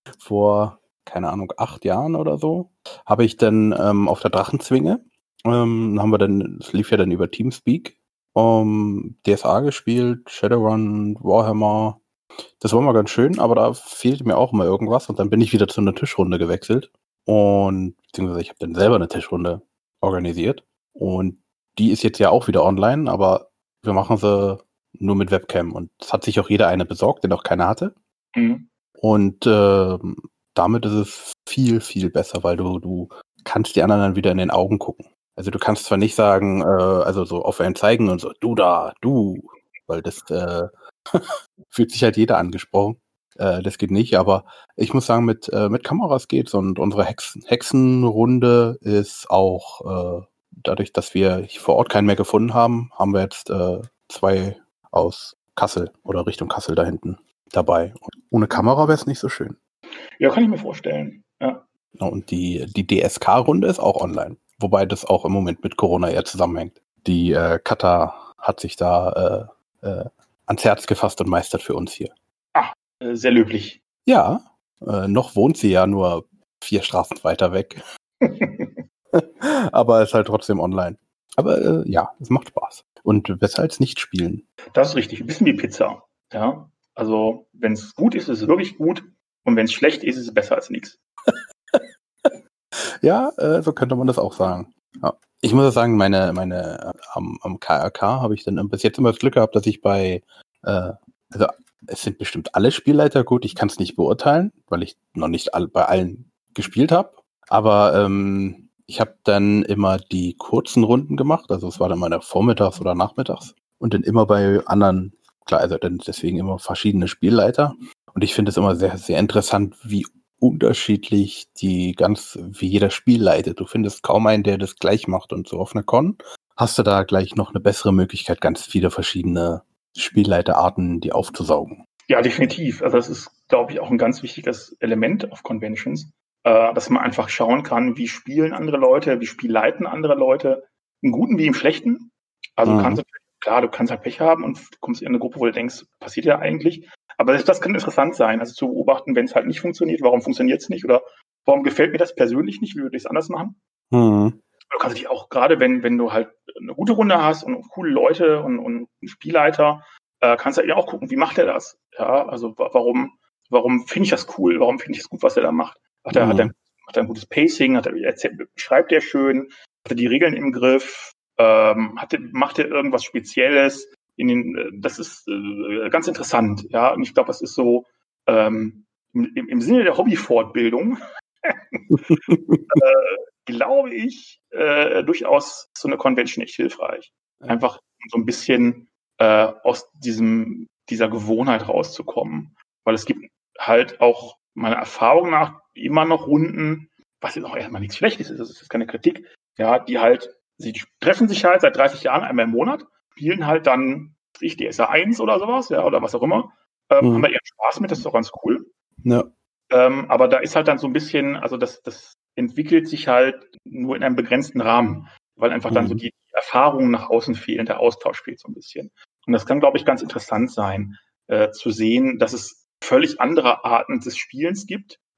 vor, keine Ahnung, acht Jahren oder so, habe ich dann ähm, auf der Drachenzwinge, ähm, haben wir dann, es lief ja dann über Teamspeak, um, D S A gespielt, Shadowrun, Warhammer. Das war mal ganz schön, aber da fehlte mir auch immer irgendwas und dann bin ich wieder zu einer Tischrunde gewechselt und beziehungsweise ich habe dann selber eine Tischrunde organisiert und die ist jetzt ja auch wieder online, aber wir machen sie nur mit Webcam und es hat sich auch jeder eine besorgt, der noch keine hatte. mhm. Und ähm, damit ist es viel, viel besser, weil du, du kannst die anderen dann wieder in den Augen gucken. Also du kannst zwar nicht sagen, äh, also so auf einen zeigen und so, du da, du, weil das äh, fühlt sich halt jeder angesprochen. Äh, das geht nicht, aber ich muss sagen, mit, äh, mit Kameras geht's und unsere Hexen Hexenrunde ist auch, äh, dadurch, dass wir vor Ort keinen mehr gefunden haben, haben wir jetzt äh, zwei aus Kassel oder Richtung Kassel da hinten dabei. Und ohne Kamera wäre es nicht so schön. Ja, kann ich mir vorstellen. Ja. Ja, und die, die D S K-Runde ist auch online. Wobei das auch im Moment mit Corona eher zusammenhängt. Die äh, Katha hat sich da äh, äh, ans Herz gefasst und meistert für uns hier. Ah, äh, sehr löblich. Ja, äh, noch wohnt sie ja nur vier Straßen weiter weg. Aber ist halt trotzdem online. Aber äh, ja, es macht Spaß. Und besser als nicht spielen. Das ist richtig. Ein bisschen wie Pizza. Ja. Also, wenn es gut ist, ist es wirklich gut. Und wenn es schlecht ist, ist es besser als nichts. Ja, äh, so könnte man das auch sagen. Ja. Ich muss ja sagen, meine, meine äh, am, am K R K habe ich dann bis jetzt immer das Glück gehabt, dass ich bei, äh, also es sind bestimmt alle Spielleiter gut, ich kann es nicht beurteilen, weil ich noch nicht all, bei allen gespielt habe. Aber ähm, ich habe dann immer die kurzen Runden gemacht, also es war dann mal vormittags oder nachmittags. Und dann immer bei anderen, klar, also dann deswegen immer verschiedene Spielleiter. Und ich finde es immer sehr, sehr interessant, wie unterschiedlich die ganz, wie jeder Spiel leitet. Du findest kaum einen, der das gleich macht. Und so auf einer Con hast du da gleich noch eine bessere Möglichkeit, ganz viele verschiedene Spielleiterarten, die aufzusaugen. Ja, definitiv. Also das ist, glaube ich, auch ein ganz wichtiges Element auf Conventions, äh, dass man einfach schauen kann, wie spielen andere Leute, wie spielleiten andere Leute, im Guten wie im Schlechten. Also du kannst, Mhm. klar, du kannst halt Pech haben und du kommst in eine Gruppe, wo du denkst, passiert ja eigentlich. Aber das, das kann interessant sein, also zu beobachten, wenn es halt nicht funktioniert, warum funktioniert es nicht oder warum gefällt mir das persönlich nicht, wie würde ich es anders machen? Mhm. Du kannst dich auch, gerade wenn, wenn du halt eine gute Runde hast und coole Leute und, und einen Spielleiter, äh, kannst du ja auch gucken, wie macht er das? Ja, also wa- warum, warum finde ich das cool? Warum finde ich es gut, was er da macht? Hat er, hat er, Mhm. hat er ein gutes Pacing? Hat er, erzählt, schreibt er schön? Hat er die Regeln im Griff? Ähm, hat er, macht er irgendwas Spezielles? In den, äh, das ist äh, ganz interessant, ja. Und ich glaube, das ist so ähm, im, im Sinne der Hobbyfortbildung glaube ich, äh, durchaus so eine Convention echt hilfreich. Einfach um so ein bisschen äh, aus diesem, dieser Gewohnheit rauszukommen. Weil es gibt halt auch meiner Erfahrung nach immer noch Runden, was jetzt auch erstmal nichts Schlechtes ist, das ist keine Kritik, ja, die halt, sie treffen sich halt seit dreißig Jahren einmal im Monat, spielen halt dann, ich, D S A eins oder sowas, ja, oder was auch immer, ähm, Mhm. haben da ihren Spaß mit, das ist doch ganz cool. Ja. Ähm, aber da ist halt dann so ein bisschen, also das, das entwickelt sich halt nur in einem begrenzten Rahmen, weil einfach dann so Mhm. die Erfahrungen nach außen fehlen, der Austausch fehlt so ein bisschen. Und das kann, glaube ich, ganz interessant sein, äh, zu sehen, dass es völlig andere Arten des Spielens gibt,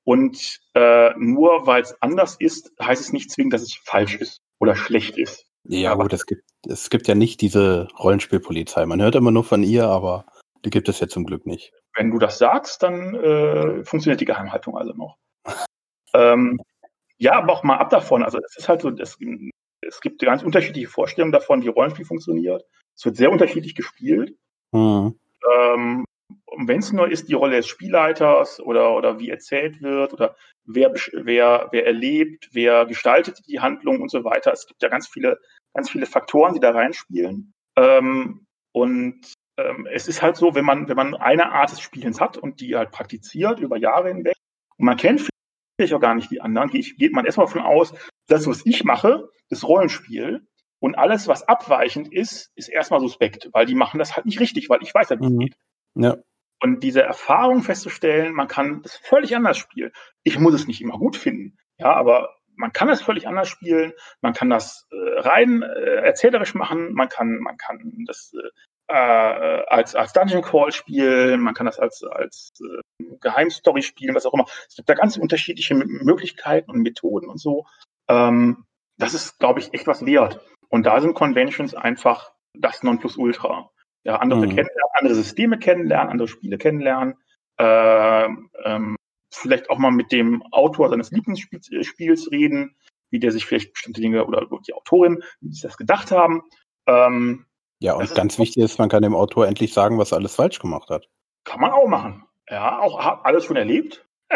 Und äh, nur weil es anders ist, heißt es nicht zwingend, dass es falsch ist oder schlecht ist. Ja, gut, es gibt, es gibt ja nicht diese Rollenspielpolizei. Man hört immer nur von ihr, aber die gibt es ja zum Glück nicht. Wenn du das sagst, dann äh, funktioniert die Geheimhaltung also noch. ähm, ja, aber auch mal ab davon. Also es ist halt so, es, es gibt ganz unterschiedliche Vorstellungen davon, wie Rollenspiel funktioniert. Es wird sehr unterschiedlich gespielt. Hm. Ähm, wenn es nur ist, die Rolle des Spielleiters oder, oder wie erzählt wird oder wer, wer, wer erlebt, wer gestaltet die Handlung und so weiter. Es gibt ja ganz viele, ganz viele Faktoren, die da reinspielen. Ähm, und ähm, es ist halt so, wenn man, wenn man eine Art des Spielens hat und die halt praktiziert über Jahre hinweg und man kennt vielleicht auch gar nicht die anderen, geht, geht man erstmal davon aus, das, was ich mache, das Rollenspiel, und alles, was abweichend ist, ist erstmal suspekt, weil die machen das halt nicht richtig, weil ich weiß ja, wie es Mhm. geht. Ja. Und diese Erfahrung festzustellen, man kann das völlig anders spielen. Ich muss es nicht immer gut finden, ja, aber man kann das völlig anders spielen. Man kann das äh, rein äh, erzählerisch machen. Man kann, man kann das äh, als, als Dungeon Crawl spielen. Man kann das als, als äh, Geheimstory spielen, was auch immer. Es gibt da ganz unterschiedliche Möglichkeiten und Methoden und so. Ähm, das ist, glaube ich, echt was wert. Und da sind Conventions einfach das Nonplusultra. Ja, andere Mhm. kennenlernen, andere Systeme kennenlernen, andere Spiele kennenlernen, äh, ähm, vielleicht auch mal mit dem Autor seines Lieblingsspiels reden, wie der sich vielleicht bestimmte Dinge oder die Autorin, wie sie das gedacht haben. Ähm, Ja, und ganz wichtig ist, man kann dem Autor endlich sagen, was er alles falsch gemacht hat. Kann man auch machen. Ja, auch alles schon erlebt. äh,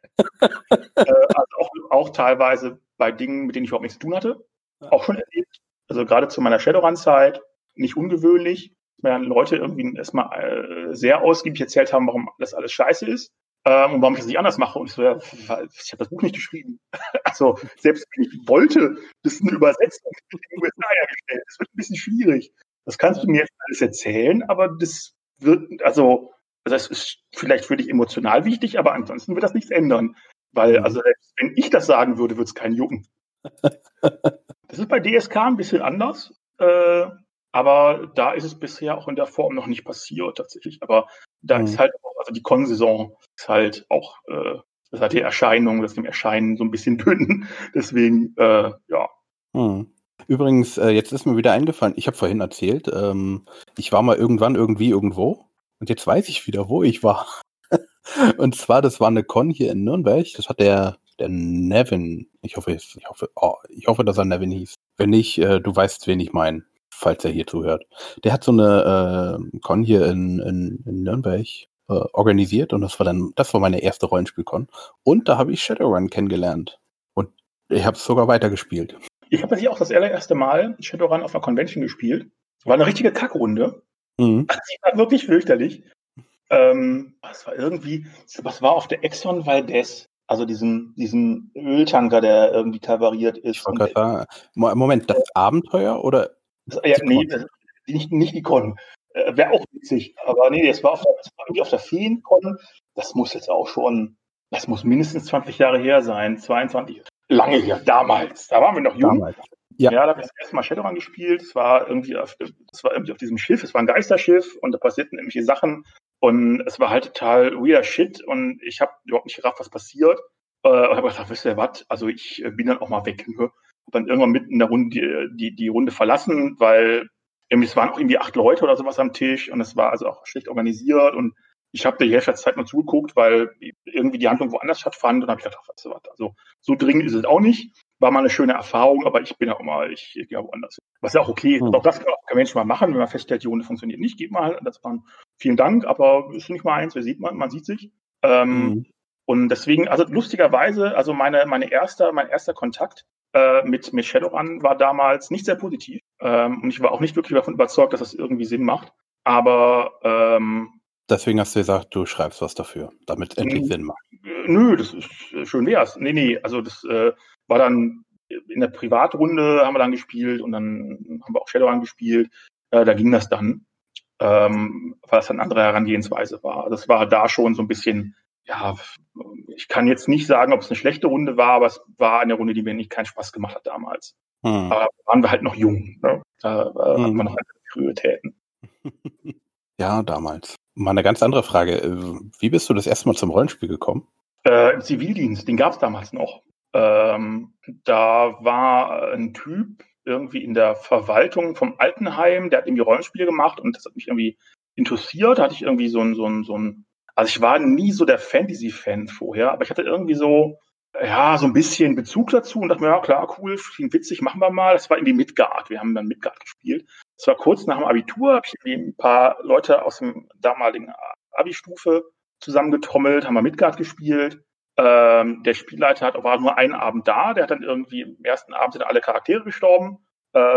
also auch, auch teilweise bei Dingen, mit denen ich überhaupt nichts zu tun hatte, auch schon erlebt. Also gerade zu meiner Shadowrun-Zeit, nicht ungewöhnlich, wenn Leute irgendwie erstmal äh, sehr ausgiebig erzählt haben, warum das alles scheiße ist ähm, und warum ich das nicht anders mache. Und ich so, ja, ich habe das Buch nicht geschrieben. Also selbst wenn ich wollte, das ist eine Übersetzung in den U S A hergestellt. Das wird ein bisschen schwierig. Das kannst du mir jetzt alles erzählen, aber das wird, also das ist vielleicht für dich emotional wichtig, aber ansonsten wird das nichts ändern. Weil, Mhm. also wenn ich das sagen würde, würde es keinen jucken. Das ist bei D S K ein bisschen anders. Äh, aber da ist es bisher auch in der Form noch nicht passiert, tatsächlich. Aber da Mhm. ist halt auch, also die Con-Saison ist halt auch, äh, das hat die Erscheinung, das dem Erscheinen so ein bisschen dünn. Deswegen, äh, ja. Mhm. Übrigens, äh, jetzt ist mir wieder eingefallen, ich habe vorhin erzählt, ähm, ich war mal irgendwann irgendwie irgendwo und jetzt weiß ich wieder, wo ich war. Und zwar, das war eine Con hier in Nürnberg, das hat der, der Nevin, ich hoffe, ich hoffe, oh, ich hoffe, dass er Nevin hieß. Wenn nicht, äh, du weißt, wen ich meine, falls er hier zuhört. Der hat so eine äh, Con hier in, in, in Nürnberg äh, organisiert und das war dann, das war meine erste Rollenspiel-Con. Und da habe ich Shadowrun kennengelernt. Und ich habe es sogar weitergespielt. Ich habe tatsächlich auch das allererste Mal Shadowrun auf einer Convention gespielt. War eine richtige Kackrunde. Mhm. Also, die war wirklich fürchterlich. Ähm, was war irgendwie, was war auf der Exxon Valdez? Also diesen, diesen Öltanker, der irgendwie kavariert ist. Ich wollte gerade sagen, Moment, das Abenteuer oder? Ja, nee, das, nicht, nicht die Con. Äh, Wäre auch witzig. Aber nee, das war, auf der, das war irgendwie auf der Feencon. Das muss jetzt auch schon, das muss mindestens zwanzig Jahre her sein. zweiundzwanzig. Lange her, damals. Da waren wir noch jung. Damals. Ja. Ja, da habe ich das erste Mal Shadowrun gespielt. Es war irgendwie auf, das war irgendwie auf diesem Schiff. Es war ein Geisterschiff und da passierten irgendwelche Sachen. Und es war halt total weird Shit. Und ich habe überhaupt nicht gerafft, was passiert. Äh, und habe gedacht, wisst ihr was? Also ich bin dann auch mal weg. Ne? Habe dann irgendwann mitten in der Runde die, die, die Runde verlassen, weil irgendwie, es waren auch irgendwie acht Leute oder sowas am Tisch. Und es war also auch schlecht organisiert. Und ich habe die Hälfte der Zeit mal zugeguckt, weil irgendwie die Handlung woanders stattfand. Und habe ich gedacht, was, was? Also so dringend ist es auch nicht. War mal eine schöne Erfahrung, aber ich bin ja auch mal, ich, ich gehe woanders. Was ja auch okay ist. Hm. Auch das kann auch kein Mensch mal machen, wenn man feststellt, die Runde funktioniert nicht, geht mal. Das war vielen Dank, aber ist nicht mal eins, wer sieht man, man sieht sich. Ähm, hm. Und deswegen, also lustigerweise, also meine, meine erster, mein erster Kontakt äh, mit, mit Shadowrun war damals nicht sehr positiv. Ähm, und ich war auch nicht wirklich davon überzeugt, dass das irgendwie Sinn macht. Aber ähm, deswegen hast du gesagt, du schreibst was dafür, damit es endlich Sinn macht. Nö, das ist schön wär's. Nee, nee, also das äh, war dann in der Privatrunde haben wir dann gespielt und dann haben wir auch Shadowrun gespielt. Äh, da ging das dann, ähm, weil das dann eine andere Herangehensweise war. Das war da schon so ein bisschen, ja, ich kann jetzt nicht sagen, ob es eine schlechte Runde war, aber es war eine Runde, die mir nicht keinen Spaß gemacht hat damals. Hm. Aber waren wir halt noch jung, ne? Da äh, hm. hatten wir noch andere Prioritäten. Ja, damals. Mal eine ganz andere Frage. Wie bist du das erste Mal zum Rollenspiel gekommen? Äh, Im Zivildienst, den gab es damals noch. Ähm, da war ein Typ irgendwie in der Verwaltung vom Altenheim, der hat irgendwie Rollenspiele gemacht und das hat mich irgendwie interessiert. Da hatte ich irgendwie so ein, so ein, so ein, also ich war nie so der Fantasy-Fan vorher, aber ich hatte irgendwie so, ja, so ein bisschen Bezug dazu und dachte mir, ja klar, cool, klingt witzig, machen wir mal. Das war irgendwie Midgard, wir haben dann Midgard gespielt. Das war kurz nach dem Abitur, habe ich irgendwie ein paar Leute aus dem damaligen Abi-Stufe zusammengetrommelt, haben wir Midgard gespielt. Ähm, der Spielleiter hat, war nur einen Abend da, der hat dann irgendwie im ersten Abend sind alle Charaktere gestorben. Äh,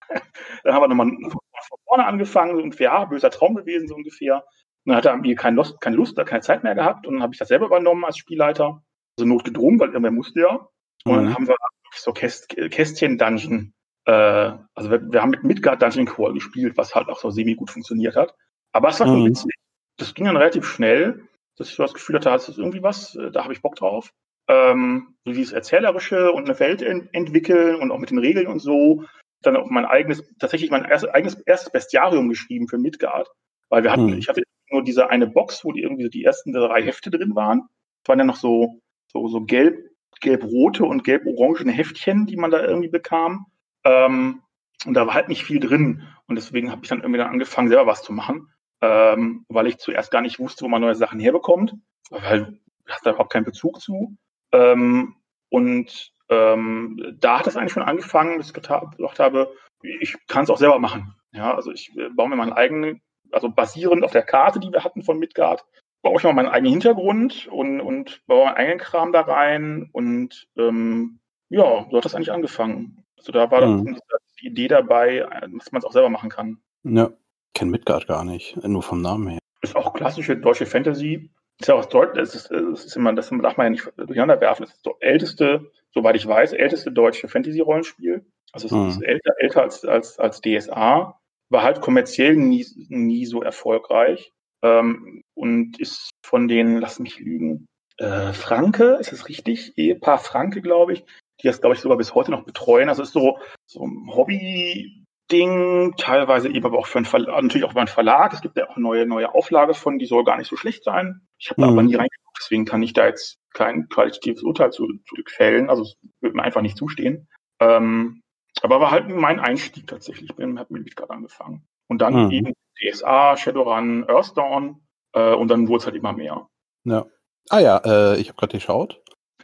dann haben wir nochmal von vorne angefangen, so ungefähr, ja, böser Traum gewesen, so ungefähr. Und dann hat er irgendwie keine Lust, keine Lust, keine Zeit mehr gehabt und dann habe ich das selber übernommen als Spielleiter. Also notgedrungen, weil irgendwer musste ja. Und dann Mhm. haben wir so Käst, Kästchen-Dungeon, äh, also wir, wir haben mit Midgard Dungeon Crawl gespielt, was halt auch so semi-gut funktioniert hat. Aber es war schon Mhm. witzig. Das ging dann relativ schnell, dass ich so das Gefühl hatte, das ist irgendwie was, äh, da habe ich Bock drauf. Ähm, so dieses Erzählerische und eine Welt ent- entwickeln und auch mit den Regeln und so. Dann auch mein eigenes, tatsächlich mein erst, eigenes erstes Bestiarium geschrieben für Midgard. Weil wir hatten, Mhm. ich hatte nur diese eine Box, wo die irgendwie so die ersten drei Hefte drin waren. Es waren ja noch so, so, so gelb, gelb-rote und gelb-orangene Heftchen, die man da irgendwie bekam. Ähm, und da war halt nicht viel drin. Und deswegen habe ich dann irgendwie dann angefangen, selber was zu machen. Ähm, weil ich zuerst gar nicht wusste, wo man neue Sachen herbekommt. Weil ich hatte da überhaupt keinen Bezug zu. Ähm, und ähm, da hat es eigentlich schon angefangen, dass ich gedacht habe, ich kann es auch selber machen. Ja, also ich äh, baue mir meinen eigenen, also basierend auf der Karte, die wir hatten von Midgard, baue ich mal meinen eigenen Hintergrund und, und baue meinen eigenen Kram da rein. Und ähm, ja, so hat das eigentlich angefangen. Also da war Mhm. dann die Idee dabei, dass man es auch selber machen kann. Ja, ich kenne Midgard gar nicht, nur vom Namen her. Ist auch klassische deutsche Fantasy. Ist ja aus Deutschland, das ist, das ist immer, das darf man ja nicht durcheinander werfen. Das ist das älteste, soweit ich weiß, älteste deutsche Fantasy-Rollenspiel. Also es ist Mhm. älter, älter als, als, als D S A. War halt kommerziell nie, nie so erfolgreich. Ähm, und ist von den, lass mich lügen, äh, Franke, ist das richtig? Ehepaar Franke, glaube ich, die das, glaube ich, sogar bis heute noch betreuen. Also es ist so, so ein Hobby, Ding, teilweise eben aber auch für einen Verlag, natürlich auch über einen Verlag. Es gibt ja auch eine neue, neue Auflage von, die soll gar nicht so schlecht sein. Ich habe da aber Mhm. nie reingeguckt, deswegen kann ich da jetzt kein qualitatives Urteil zu, zu fällen. Also es wird mir einfach nicht zustehen. Ähm, aber war halt mein Einstieg tatsächlich. Ich bin, habe mit Midgard angefangen. Und dann Mhm. eben D S A, Shadowrun, Earthdawn äh, und dann wurde es halt immer mehr. Ja. Ah ja, äh, ich habe gerade geschaut.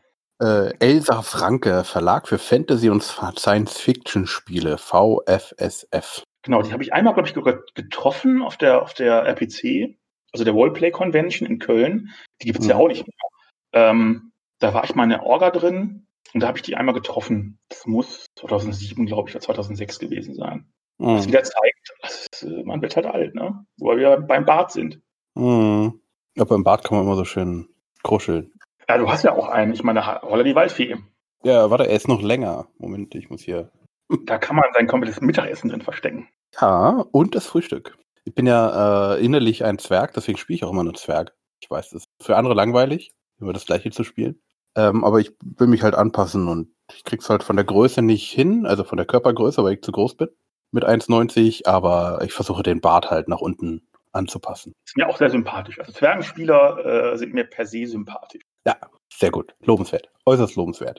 Äh, Elsa Franke, Verlag für Fantasy- und Science-Fiction-Spiele, V F S F. Genau, die habe ich einmal, glaube ich, sogar getroffen auf der, auf der R P C, also der Roleplay Convention in Köln. Die gibt es ja Mhm. auch nicht mehr. Ähm, da war ich mal in der Orga drin und da habe ich die einmal getroffen. Das muss zweitausendsieben, glaube ich, oder zweitausendsechs gewesen sein. Was Mhm. wieder zeigt, das ist, äh, man wird halt alt, ne? Wo wir beim Bart sind. Mhm. Ja, beim Bart kann man immer so schön kuscheln. Ja, du hast ja auch einen, ich meine, Holla die Waldfee. Ja, warte, er ist noch länger. Moment, ich muss hier. Da kann man sein komplettes Mittagessen drin verstecken. Ja, und das Frühstück. Ich bin ja äh, innerlich ein Zwerg, deswegen spiele ich auch immer nur Zwerg. Ich weiß, das ist für andere langweilig, immer das Gleiche zu spielen. Ähm, aber ich will mich halt anpassen und ich krieg's halt von der Größe nicht hin, also von der Körpergröße, weil ich zu groß bin, mit eins neunzig, aber ich versuche den Bart halt nach unten anzupassen. Ist mir auch sehr sympathisch. Also Zwergenspieler äh, sind mir per se sympathisch. Ja, sehr gut. Lobenswert. Äußerst lobenswert.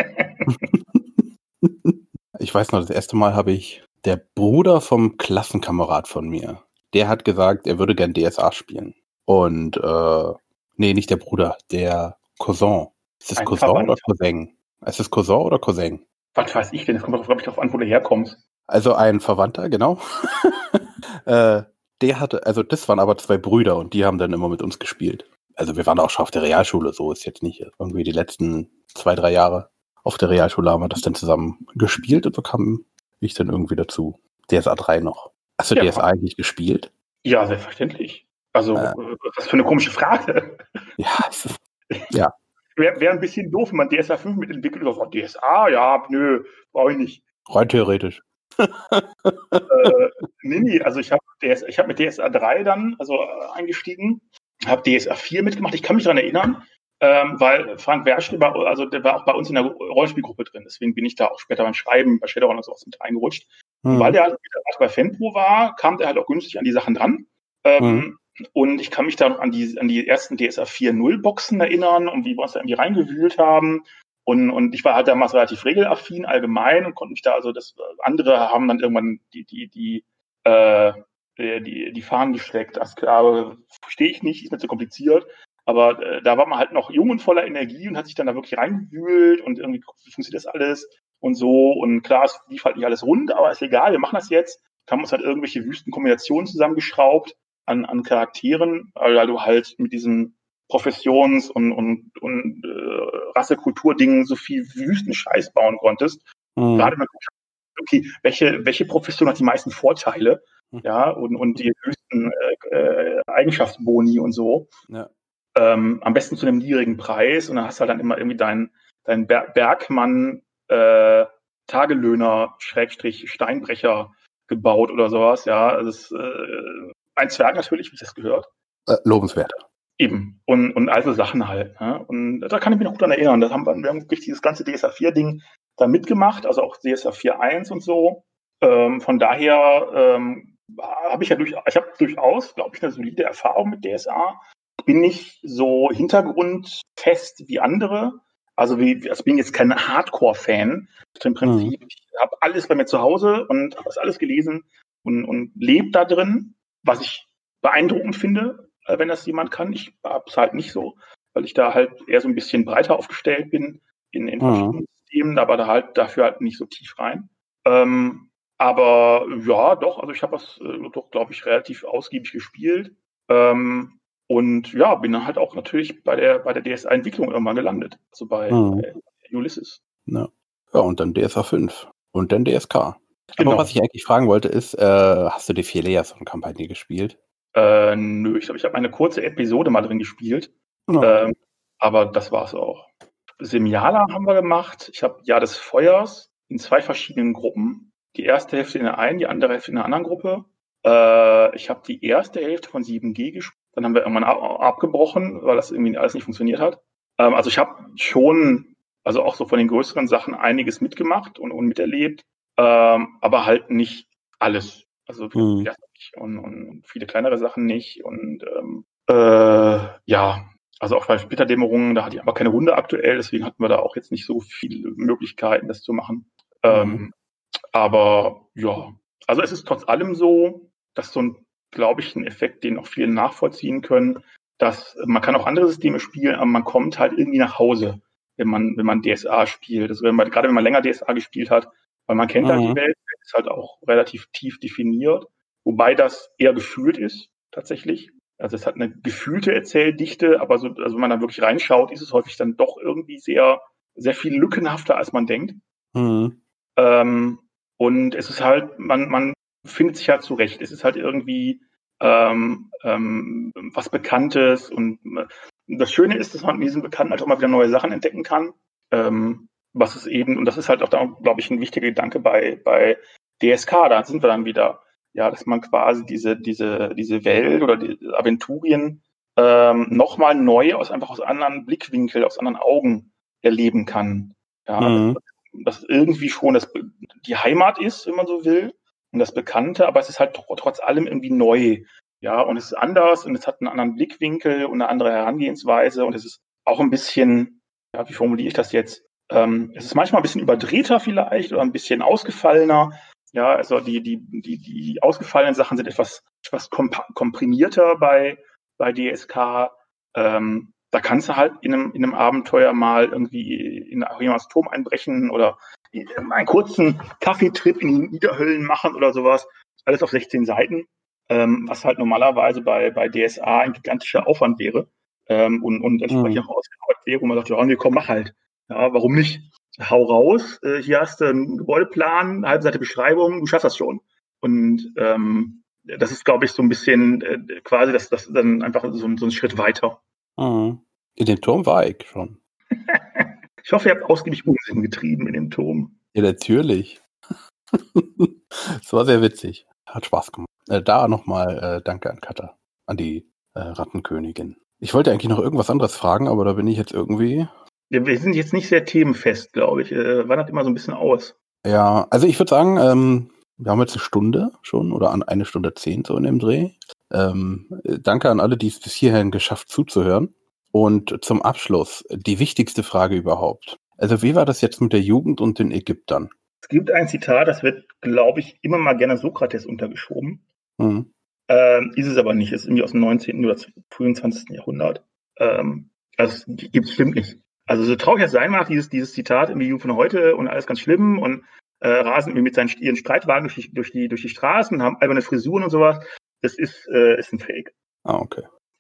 Ich weiß noch, das erste Mal habe ich der Bruder vom Klassenkamerad von mir, der hat gesagt, er würde gern D S A spielen. Und, äh, nee, nicht der Bruder, der Cousin. Ist das Ein Cousin oder Verwandter. Cousin? Ist das Cousin oder Cousin? Was weiß ich denn? Es kommt doch, glaube ich, darauf an, wo du herkommst. Also ein Verwandter, genau. äh, der hatte, also das waren aber zwei Brüder und die haben dann immer mit uns gespielt. Also wir waren auch schon auf der Realschule, so ist jetzt nicht irgendwie die letzten zwei, drei Jahre. Auf der Realschule haben wir das dann zusammen gespielt und so kam ich dann irgendwie dazu. D S A drei noch. Hast du Ja, D S A eigentlich gespielt? ja, selbstverständlich. Also, Äh, äh, was für eine komische Frage. ja, es ist, ja. Wäre wär ein bisschen doof, wenn man D S A fünf mitentwickelt oder so. D S A, ja, nö, brauche ich nicht. Rein theoretisch. Äh, nee, nee, also ich habe ich hab mit D S A drei dann also äh, eingestiegen, habe D S A vier mitgemacht. Ich kann mich daran erinnern, ähm, weil Frank Werschel, war, also der war auch bei uns in der Rollenspielgruppe drin. Deswegen bin ich da auch später beim Schreiben bei Shadowrun und sowas mit reingerutscht. Und weil Mhm. der halt bei Fanpro war, kam der halt auch günstig an die Sachen dran. Mhm. Ähm, Und ich kann mich da noch an die, an die ersten D S A vier Punkt null Boxen erinnern und wie wir uns da irgendwie reingewühlt haben. Und, und ich war halt damals relativ regelaffin allgemein und konnte mich da, also das andere haben dann irgendwann die, die, die, äh, die, die Fahnen gesteckt. Das klar, verstehe ich nicht, ist mir zu kompliziert. Aber äh, da war man halt noch jung und voller Energie und hat sich dann da wirklich reingewühlt und irgendwie geguckt, wie funktioniert das alles und so. Und klar, es lief halt nicht alles rund, aber ist egal, wir machen das jetzt. Haben uns halt irgendwelche wüsten Kombinationen zusammengeschraubt an, an Charakteren, weil du halt mit diesen Professions- und, und, und äh, Rassekultur-Dingen so viel Wüstenscheiß bauen konntest. Mhm. Gerade wenn man okay, welche, welche Profession hat die meisten Vorteile, mhm. ja, und, und die höchsten äh, Eigenschaftsboni und so. Ja. Ähm, am besten zu einem niedrigen Preis und dann hast du halt dann immer irgendwie deinen dein Ber- Bergmann äh, Tagelöhner Schrägstrich Steinbrecher gebaut oder sowas, ja. Das ist äh, ein Zwerg natürlich, wie ich das gehört. Äh, lobenswert. Eben. Und, und also Sachen halt. Ne? Und da kann ich mich noch gut daran erinnern. Das haben wir, wir haben wirklich dieses ganze D S A vier Ding da mitgemacht, also auch D S A vier Punkt eins und so. Ähm, von daher ähm, habe ich ja durch, ich habe durchaus, glaube ich, eine solide Erfahrung mit D S A. Ich bin nicht so hintergrundfest wie andere. Also wie, also bin jetzt kein Hardcore-Fan. Im Prinzip, mhm. ich habe alles bei mir zu Hause und habe das alles gelesen und, und lebe da drin, was ich beeindruckend finde, wenn das jemand kann. Ich habe es halt nicht so, weil ich da halt eher so ein bisschen breiter aufgestellt bin in, in verschiedenen mhm. Systemen, aber da halt dafür halt nicht so tief rein. Ähm, aber ja, doch, also ich habe das äh, doch, glaube ich, relativ ausgiebig gespielt. Ähm, Und ja, bin dann halt auch natürlich bei der, bei der D S A-Entwicklung irgendwann gelandet. Also bei, mhm. bei Ulysses. Ja. ja, und dann D S A fünf. Und dann D S K. Genau. Aber was ich eigentlich fragen wollte ist, äh, hast du die Phileason-Kampagne gespielt? Äh, nö, ich glaube, ich habe eine kurze Episode mal drin gespielt. Ja. Ähm, aber das war's auch. Semiala haben wir gemacht. Ich habe Jahr des Feuers in zwei verschiedenen Gruppen. Die erste Hälfte in der einen, die andere Hälfte in der anderen Gruppe. Äh, ich habe die erste Hälfte von sieben G gespielt. Dann haben wir irgendwann ab, abgebrochen, weil das irgendwie alles nicht funktioniert hat. Ähm, also ich habe schon, also auch so von den größeren Sachen einiges mitgemacht und, und miterlebt, ähm, aber halt nicht alles. Also mhm. und, und viele kleinere Sachen nicht. Und ähm, äh, ja, also auch bei Splitterdämmerungen, da hatte ich aber keine Runde aktuell, deswegen hatten wir da auch jetzt nicht so viele Möglichkeiten, das zu machen. Mhm. Ähm, aber ja, also es ist trotz allem so, dass so ein, glaube ich, ein Effekt, den auch viele nachvollziehen können, dass man kann auch andere Systeme spielen, aber man kommt halt irgendwie nach Hause, wenn man, wenn man D S A spielt. Also wenn man, gerade wenn man länger D S A gespielt hat, weil man kennt mhm. halt die Welt, ist halt auch relativ tief definiert, wobei das eher gefühlt ist, tatsächlich. Also es hat eine gefühlte Erzähldichte, aber so, also wenn man da wirklich reinschaut, ist es häufig dann doch irgendwie sehr, sehr viel lückenhafter, als man denkt. Mhm. Ähm, und es ist halt, man, man findet sich halt zurecht. Es ist halt irgendwie ähm, ähm, was Bekanntes und äh, das Schöne ist, dass man in diesem Bekannten halt auch mal wieder neue Sachen entdecken kann. Ähm, was es eben, und das ist halt auch da, glaube ich, ein wichtiger Gedanke bei, bei D S K, da sind wir dann wieder, ja, dass man quasi diese, diese, diese Welt oder die Aventurien ähm, nochmal neu aus einfach aus anderen Blickwinkeln, aus anderen Augen erleben kann. Ja, mhm. das, das irgendwie schon das, die Heimat ist, wenn man so will, und das Bekannte, aber es ist halt tr- trotz allem irgendwie neu. Ja, und es ist anders und es hat einen anderen Blickwinkel und eine andere Herangehensweise und es ist auch ein bisschen, ja, wie formuliere ich das jetzt? Ähm, es ist manchmal ein bisschen überdrehter vielleicht oder ein bisschen ausgefallener. Ja, also die, die, die, die ausgefallenen Sachen sind etwas, etwas komp- komprimierter bei, bei D S K. Ähm, da kannst du halt in einem, in einem Abenteuer mal irgendwie in jemals Turm einbrechen oder einen kurzen Kaffeetrip in die Niederhöllen machen oder sowas. Alles auf sechzehn Seiten, ähm, was halt normalerweise bei, bei D S A ein gigantischer Aufwand wäre ähm, und, und entsprechend mhm. auch ausgearbeitet wäre, wo man sagt, ja, nee, komm, mach halt. Ja, warum nicht? Hau raus, äh, hier hast du einen Gebäudeplan, eine halbe Seite Beschreibung, du schaffst das schon. Und ähm, das ist, glaube ich, so ein bisschen äh, quasi das, das dann einfach so, so ein Schritt weiter. Mhm. In dem Turm war ich schon. Ich hoffe, ihr habt ausgiebig Unsinn getrieben in dem Turm. Ja, natürlich. Es war sehr witzig. Hat Spaß gemacht. Äh, da nochmal äh, danke an Katha, an die äh, Rattenkönigin. Ich wollte eigentlich noch irgendwas anderes fragen, aber da bin ich jetzt irgendwie... Ja, wir sind jetzt nicht sehr themenfest, glaube ich. Äh, wandert immer so ein bisschen aus. Ja, also ich würde sagen, ähm, wir haben jetzt eine Stunde schon oder an eine Stunde zehn so in dem Dreh. Ähm, danke an alle, die es bis hierhin geschafft zuzuhören. Und zum Abschluss die wichtigste Frage überhaupt. Also wie war das jetzt mit der Jugend und den Ägyptern? Es gibt ein Zitat, das wird, glaube ich, immer mal gerne Sokrates untergeschoben. Mhm. Ähm, ist es aber nicht. Es ist irgendwie aus dem neunzehnten oder frühen zwanzigsten Jahrhundert. Ähm, also gibt es stimmt nicht. Also so traurig es sein mag, dieses, dieses Zitat irgendwie Jugend von heute und alles ganz schlimm und äh, rasen irgendwie mit seinen ihren Streitwagen durch die, durch die, durch die Straßen, haben alberne Frisuren und sowas. Das ist, äh, ist ein Fake. Ah, okay.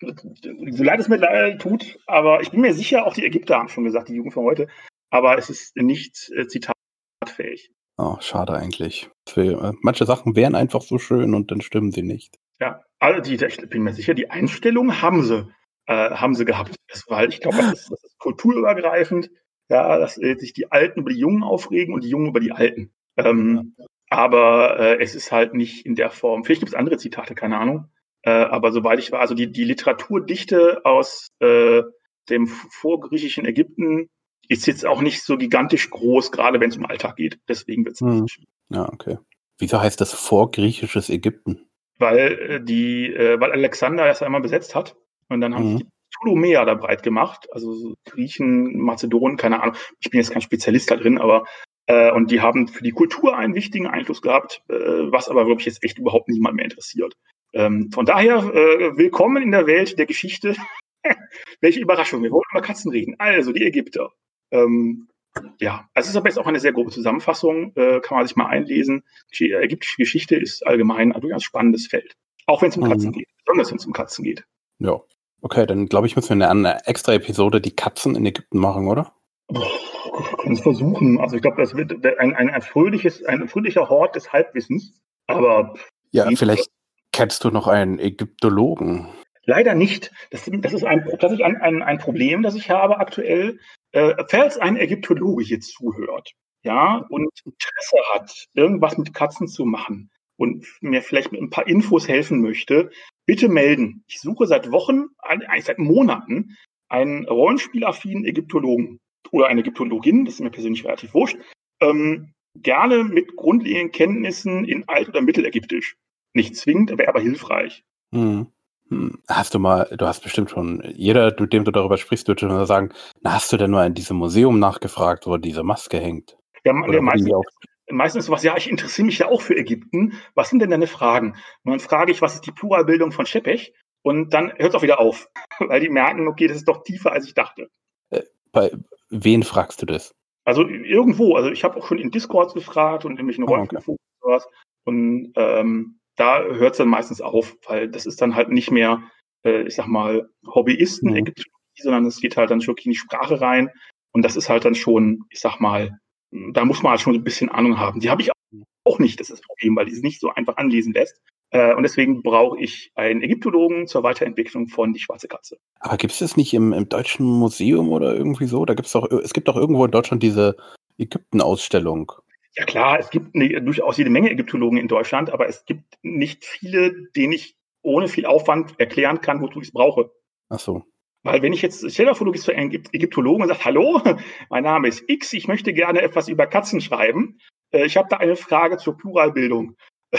So leid es mir leider tut, aber ich bin mir sicher, auch die Ägypter haben schon gesagt, die Jugend von heute, aber es ist nicht äh, zitatfähig. Oh, schade eigentlich. Für, äh, manche Sachen wären einfach so schön und dann stimmen sie nicht. Ja, also die, ich bin mir sicher, die Einstellung haben sie, äh, haben sie gehabt. Das, weil ich glaube, das ist, das ist kulturübergreifend, ja, dass äh, sich die Alten über die Jungen aufregen und die Jungen über die Alten. Ähm, ja. Aber äh, es ist halt nicht in der Form. Vielleicht gibt es andere Zitate, keine Ahnung. Äh, aber soweit ich war, also die, die Literaturdichte aus äh, dem vorgriechischen Ägypten ist jetzt auch nicht so gigantisch groß, gerade wenn es um Alltag geht. Deswegen wird es hm. nicht. Ja, okay. Wieso heißt das vorgriechisches Ägypten? Weil äh, die, äh, weil Alexander das einmal besetzt hat und dann haben mhm. sich die Ptolemäer da breit gemacht, also so Griechen, Mazedonen, keine Ahnung. Ich bin jetzt kein Spezialist da drin, aber äh, und die haben für die Kultur einen wichtigen Einfluss gehabt, äh, was aber wirklich jetzt echt überhaupt niemand mehr interessiert. Ähm, von daher äh, willkommen in der Welt der Geschichte. Welche Überraschung! Wir wollen über Katzen reden. Also die Ägypter. Ähm, Ja, also es ist aber jetzt auch eine sehr grobe Zusammenfassung, äh, kann man sich mal einlesen. Die ägyptische Geschichte ist allgemein ein durchaus spannendes Feld. Auch wenn es um Katzen mhm. geht, besonders wenn es um Katzen geht. Ja, okay, dann glaube ich, müssen wir eine, eine extra Episode die Katzen in Ägypten machen, oder? Wir können es versuchen. Also ich glaube, das wird ein, ein, ein, fröhliches, ein fröhlicher Hort des Halbwissens. Aber ja, vielleicht kennst du noch einen Ägyptologen. Leider nicht. Das, das ist, ein, das ist ein, ein, ein Problem, das ich habe aktuell. Äh, falls ein Ägyptologe hier zuhört, ja, und Interesse hat, irgendwas mit Katzen zu machen und mir vielleicht mit ein paar Infos helfen möchte, bitte melden. Ich suche seit Wochen, eigentlich seit Monaten, einen rollenspielaffinen Ägyptologen oder eine Ägyptologin, das ist mir persönlich relativ wurscht, ähm, gerne mit grundlegenden Kenntnissen in Alt- oder Mittelägyptisch. Nicht zwingend, wäre aber hilfreich. Hm. Hast du mal, du hast bestimmt schon, jeder, mit dem du darüber sprichst, wird schon sagen, na, hast du denn mal in diesem Museum nachgefragt, wo diese Maske hängt? Ja, der meistens, meistens was, ja, ich interessiere mich ja auch für Ägypten. Was sind denn deine Fragen? Und dann frage ich, was ist die Pluralbildung von Schepech? Und dann hört es auch wieder auf, weil die merken, okay, das ist doch tiefer, als ich dachte. Äh, bei wen fragst du das? Also irgendwo, also ich habe auch schon in Discords gefragt und in irgendwelchen Rollenspielforen und sowas. Und ähm, da hört es dann meistens auf, weil das ist dann halt nicht mehr, äh, ich sag mal, Hobbyisten, mhm. Ägyptologie, sondern es geht halt dann schon in die Sprache rein. Und das ist halt dann schon, ich sag mal, da muss man halt schon ein bisschen Ahnung haben. Die habe ich auch nicht, das ist das Problem, weil die es nicht so einfach anlesen lässt. Äh, und deswegen brauche ich einen Ägyptologen zur Weiterentwicklung von Die Schwarze Katze. Aber gibt es das nicht im, im Deutschen Museum oder irgendwie so? Da gibt's doch, es gibt doch irgendwo in Deutschland diese Ägypten-Ausstellung. Ja klar, es gibt eine, durchaus jede Menge Ägyptologen in Deutschland, aber es gibt nicht viele, denen ich ohne viel Aufwand erklären kann, wozu ich es brauche. Ach so. Weil wenn ich jetzt, stell dir vor, du gehst zu einem Ägyptologen und sagst, hallo, mein Name ist X, ich möchte gerne etwas über Katzen schreiben. Äh, ich habe da eine Frage zur Pluralbildung.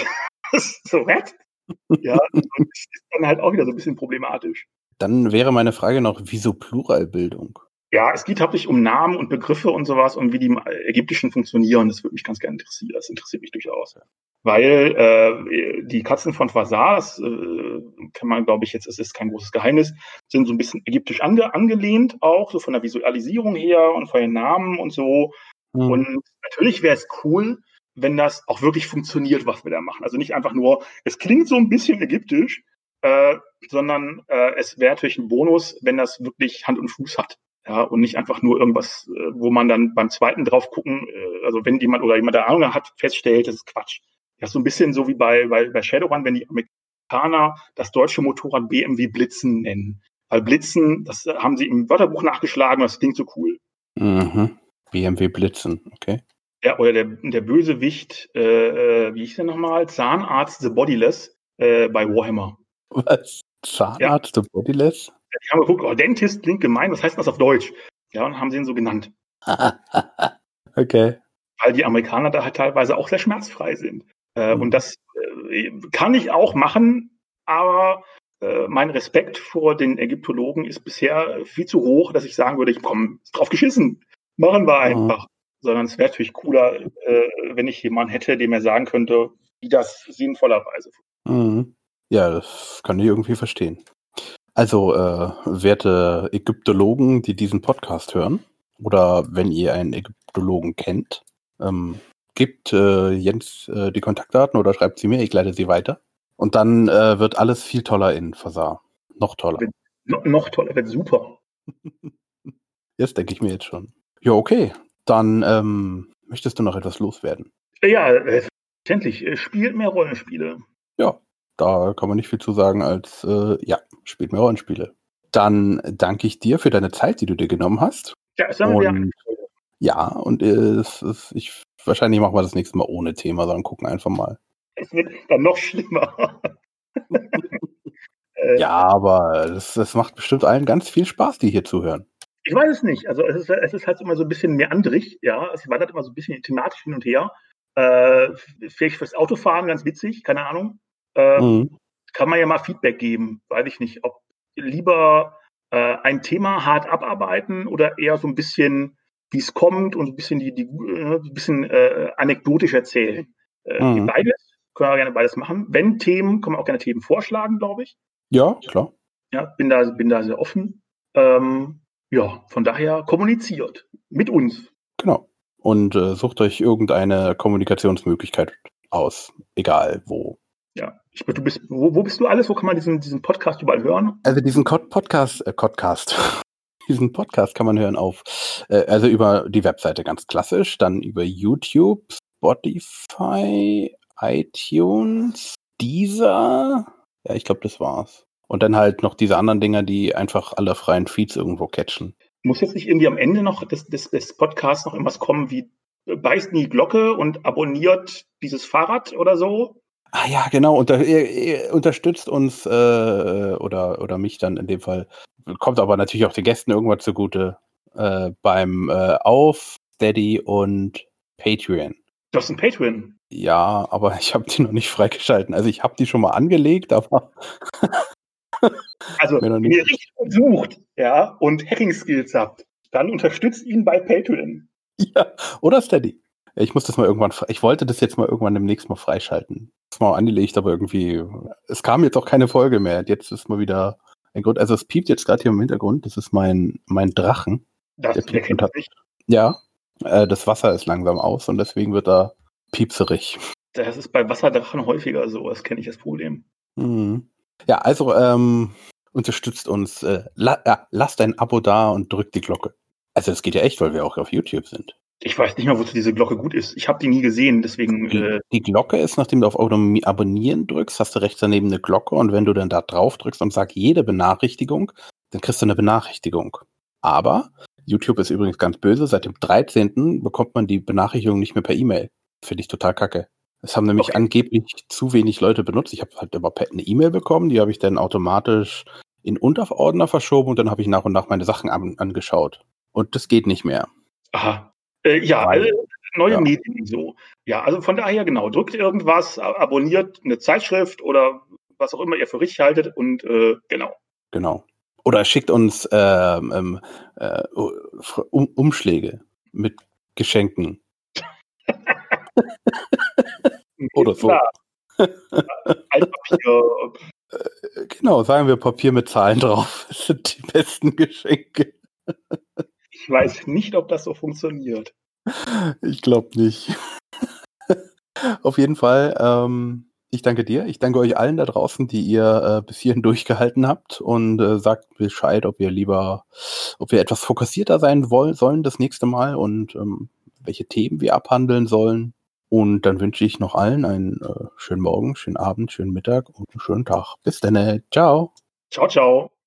So, was? Ja, das ist dann halt auch wieder so ein bisschen problematisch. Dann wäre meine Frage noch, wieso Pluralbildung? Ja, es geht hauptsächlich um Namen und Begriffe und sowas und wie die im Ägyptischen funktionieren. Das würde mich ganz gerne interessieren. Das interessiert mich durchaus. Weil äh, die Katzen von Quasar, das äh, kann man, glaube ich, jetzt, es ist kein großes Geheimnis, sind so ein bisschen ägyptisch ange- angelehnt, auch so von der Visualisierung her und von den Namen und so. Mhm. Und natürlich wäre es cool, wenn das auch wirklich funktioniert, was wir da machen. Also nicht einfach nur, es klingt so ein bisschen ägyptisch, äh, sondern äh, es wäre natürlich ein Bonus, wenn das wirklich Hand und Fuß hat. Ja, und nicht einfach nur irgendwas, äh, wo man dann beim zweiten drauf gucken, äh, also wenn jemand oder jemand da Ahnung hat, feststellt, das ist Quatsch. Das ist so ein bisschen so wie bei, bei, bei Shadowrun, wenn die Amerikaner das deutsche Motorrad B M W Blitzen nennen. Weil Blitzen, das haben sie im Wörterbuch nachgeschlagen, das klingt so cool. Mhm. B M W Blitzen, okay. Ja, oder der, der Bösewicht, äh, wie hieß der nochmal? Zahnarzt The Bodiless äh, bei Warhammer. Was? Zahnarzt ja. The Bodiless? Ja, die haben geguckt, oh, Dentist klingt gemein, was heißt das auf Deutsch? Ja, und haben sie ihn so genannt. Okay. Weil die Amerikaner da halt teilweise auch sehr schmerzfrei sind. Äh, mhm. Und das äh, kann ich auch machen, aber äh, mein Respekt vor den Ägyptologen ist bisher viel zu hoch, dass ich sagen würde, ich komm, ist drauf geschissen, machen wir einfach. Mhm. Sondern es wäre natürlich cooler, äh, wenn ich jemanden hätte, dem er sagen könnte, wie das sinnvollerweise funktioniert. Mhm. Ja, das kann ich irgendwie verstehen. Also, äh, werte Ägyptologen, die diesen Podcast hören, oder wenn ihr einen Ägyptologen kennt, ähm, gebt äh, Jens äh, die Kontaktdaten oder schreibt sie mir, ich leite sie weiter. Und dann äh, wird alles viel toller in Fasar. Noch toller. Wird, no, noch toller, wird super. Das denke ich mir jetzt schon. Ja, okay. Dann ähm, möchtest du noch etwas loswerden? Ja, selbstverständlich. Spielt mehr Rollenspiele. Ja, da kann man nicht viel zu sagen als, äh, ja, spielt mehr Rollenspiele. Dann danke ich dir für deine Zeit, die du dir genommen hast. Ja, es haben wir. Ja, und es, es, ich, wahrscheinlich machen wir das nächste Mal ohne Thema, sondern gucken einfach mal. Es wird dann noch schlimmer. Ja, aber das, das macht bestimmt allen ganz viel Spaß, die hier zuhören. Ich weiß es nicht. Also es ist, es ist halt immer so ein bisschen meandrig, ja. Es wandert immer so ein bisschen thematisch hin und her. Äh, vielleicht fürs Autofahren ganz witzig, keine Ahnung. Äh, mhm. Kann man ja mal Feedback geben. Weiß ich nicht, ob lieber äh, ein Thema hart abarbeiten oder eher so ein bisschen, wie es kommt und ein bisschen die, die äh, ein bisschen äh, anekdotisch erzählen. Äh, mhm. Beides, können wir gerne beides machen. Wenn Themen, können wir auch gerne Themen vorschlagen, glaube ich. Ja, klar. Ja, bin da, bin da sehr offen. Ähm, ja, von daher kommuniziert mit uns. Genau. Und äh, sucht euch irgendeine Kommunikationsmöglichkeit aus, egal wo. Ja, ich, du bist, wo, wo bist du alles? Wo kann man diesen, diesen Podcast überall hören? Also diesen Podcast, äh, Podcast, diesen Podcast kann man hören auf, äh, also über die Webseite ganz klassisch, dann über YouTube, Spotify, iTunes, Deezer, ja, ich glaube, das war's. Und dann halt noch diese anderen Dinger, die einfach alle freien Feeds irgendwo catchen. Muss jetzt nicht irgendwie am Ende noch des, des, des Podcasts noch irgendwas kommen wie beißt in die Glocke und abonniert dieses Fahrrad oder so? Ah ja, genau. Unter, ihr, ihr unterstützt uns äh, oder, oder mich dann in dem Fall. Kommt aber natürlich auch den Gästen irgendwas zugute äh, beim äh, Auf, Steady und Patreon. Du hast ein Patreon? Ja, aber ich habe die noch nicht freigeschalten. Also ich habe die schon mal angelegt, aber also wenn ihr richtig sucht, ja, und Hacking-Skills habt, dann unterstützt ihn bei Patreon. Ja, oder Steady. Ich muss das mal irgendwann, ich wollte das jetzt mal irgendwann demnächst mal freischalten. Das ist mal angelegt, aber irgendwie, es kam jetzt auch keine Folge mehr. Jetzt ist mal wieder ein Grund, also es piept jetzt gerade hier im Hintergrund, das ist mein, mein Drachen. Das der piept und hat, nicht. Ja, äh, das Wasser ist langsam aus und deswegen wird er piepserig. Das ist bei Wasserdrachen häufiger so, das kenne ich das Problem. Mhm. Ja, also ähm, unterstützt uns, äh, la, ja, lasst ein Abo da und drückt die Glocke. Also das geht ja echt, weil wir auch auf YouTube sind. Ich weiß nicht mal, wozu diese Glocke gut ist. Ich habe die nie gesehen, deswegen... Die, äh die Glocke ist, nachdem du auf Abonnieren drückst, hast du rechts daneben eine Glocke und wenn du dann da drauf drückst und sagst jede Benachrichtigung, dann kriegst du eine Benachrichtigung. Aber YouTube ist übrigens ganz böse, seit dem dreizehnten bekommt man die Benachrichtigung nicht mehr per E-Mail. Finde ich total kacke. Es haben nämlich okay. angeblich zu wenig Leute benutzt. Ich habe halt aber eine E-Mail bekommen, die habe ich dann automatisch in Unterordner verschoben und dann habe ich nach und nach meine Sachen an, angeschaut. Und das geht nicht mehr. Aha. Äh, ja, Weil, alle neue ja. Medien so. Ja, also von daher genau, drückt irgendwas, abonniert eine Zeitschrift oder was auch immer ihr für richtig haltet und äh, genau. Genau. Oder schickt uns ähm, äh, um, Umschläge mit Geschenken. Oder so. Altpapier. Genau, sagen wir Papier mit Zahlen drauf. Das sind die besten Geschenke. Ich weiß nicht, ob das so funktioniert. Ich glaube nicht. Auf jeden Fall, ähm, ich danke dir. Ich danke euch allen da draußen, die ihr äh, bis hierhin durchgehalten habt und äh, sagt Bescheid, ob ihr lieber, ob wir etwas fokussierter sein wollen, sollen das nächste Mal und ähm, welche Themen wir abhandeln sollen. Und dann wünsche ich noch allen einen äh, schönen Morgen, schönen Abend, schönen Mittag und einen schönen Tag. Bis dann. Ciao. Ciao, ciao.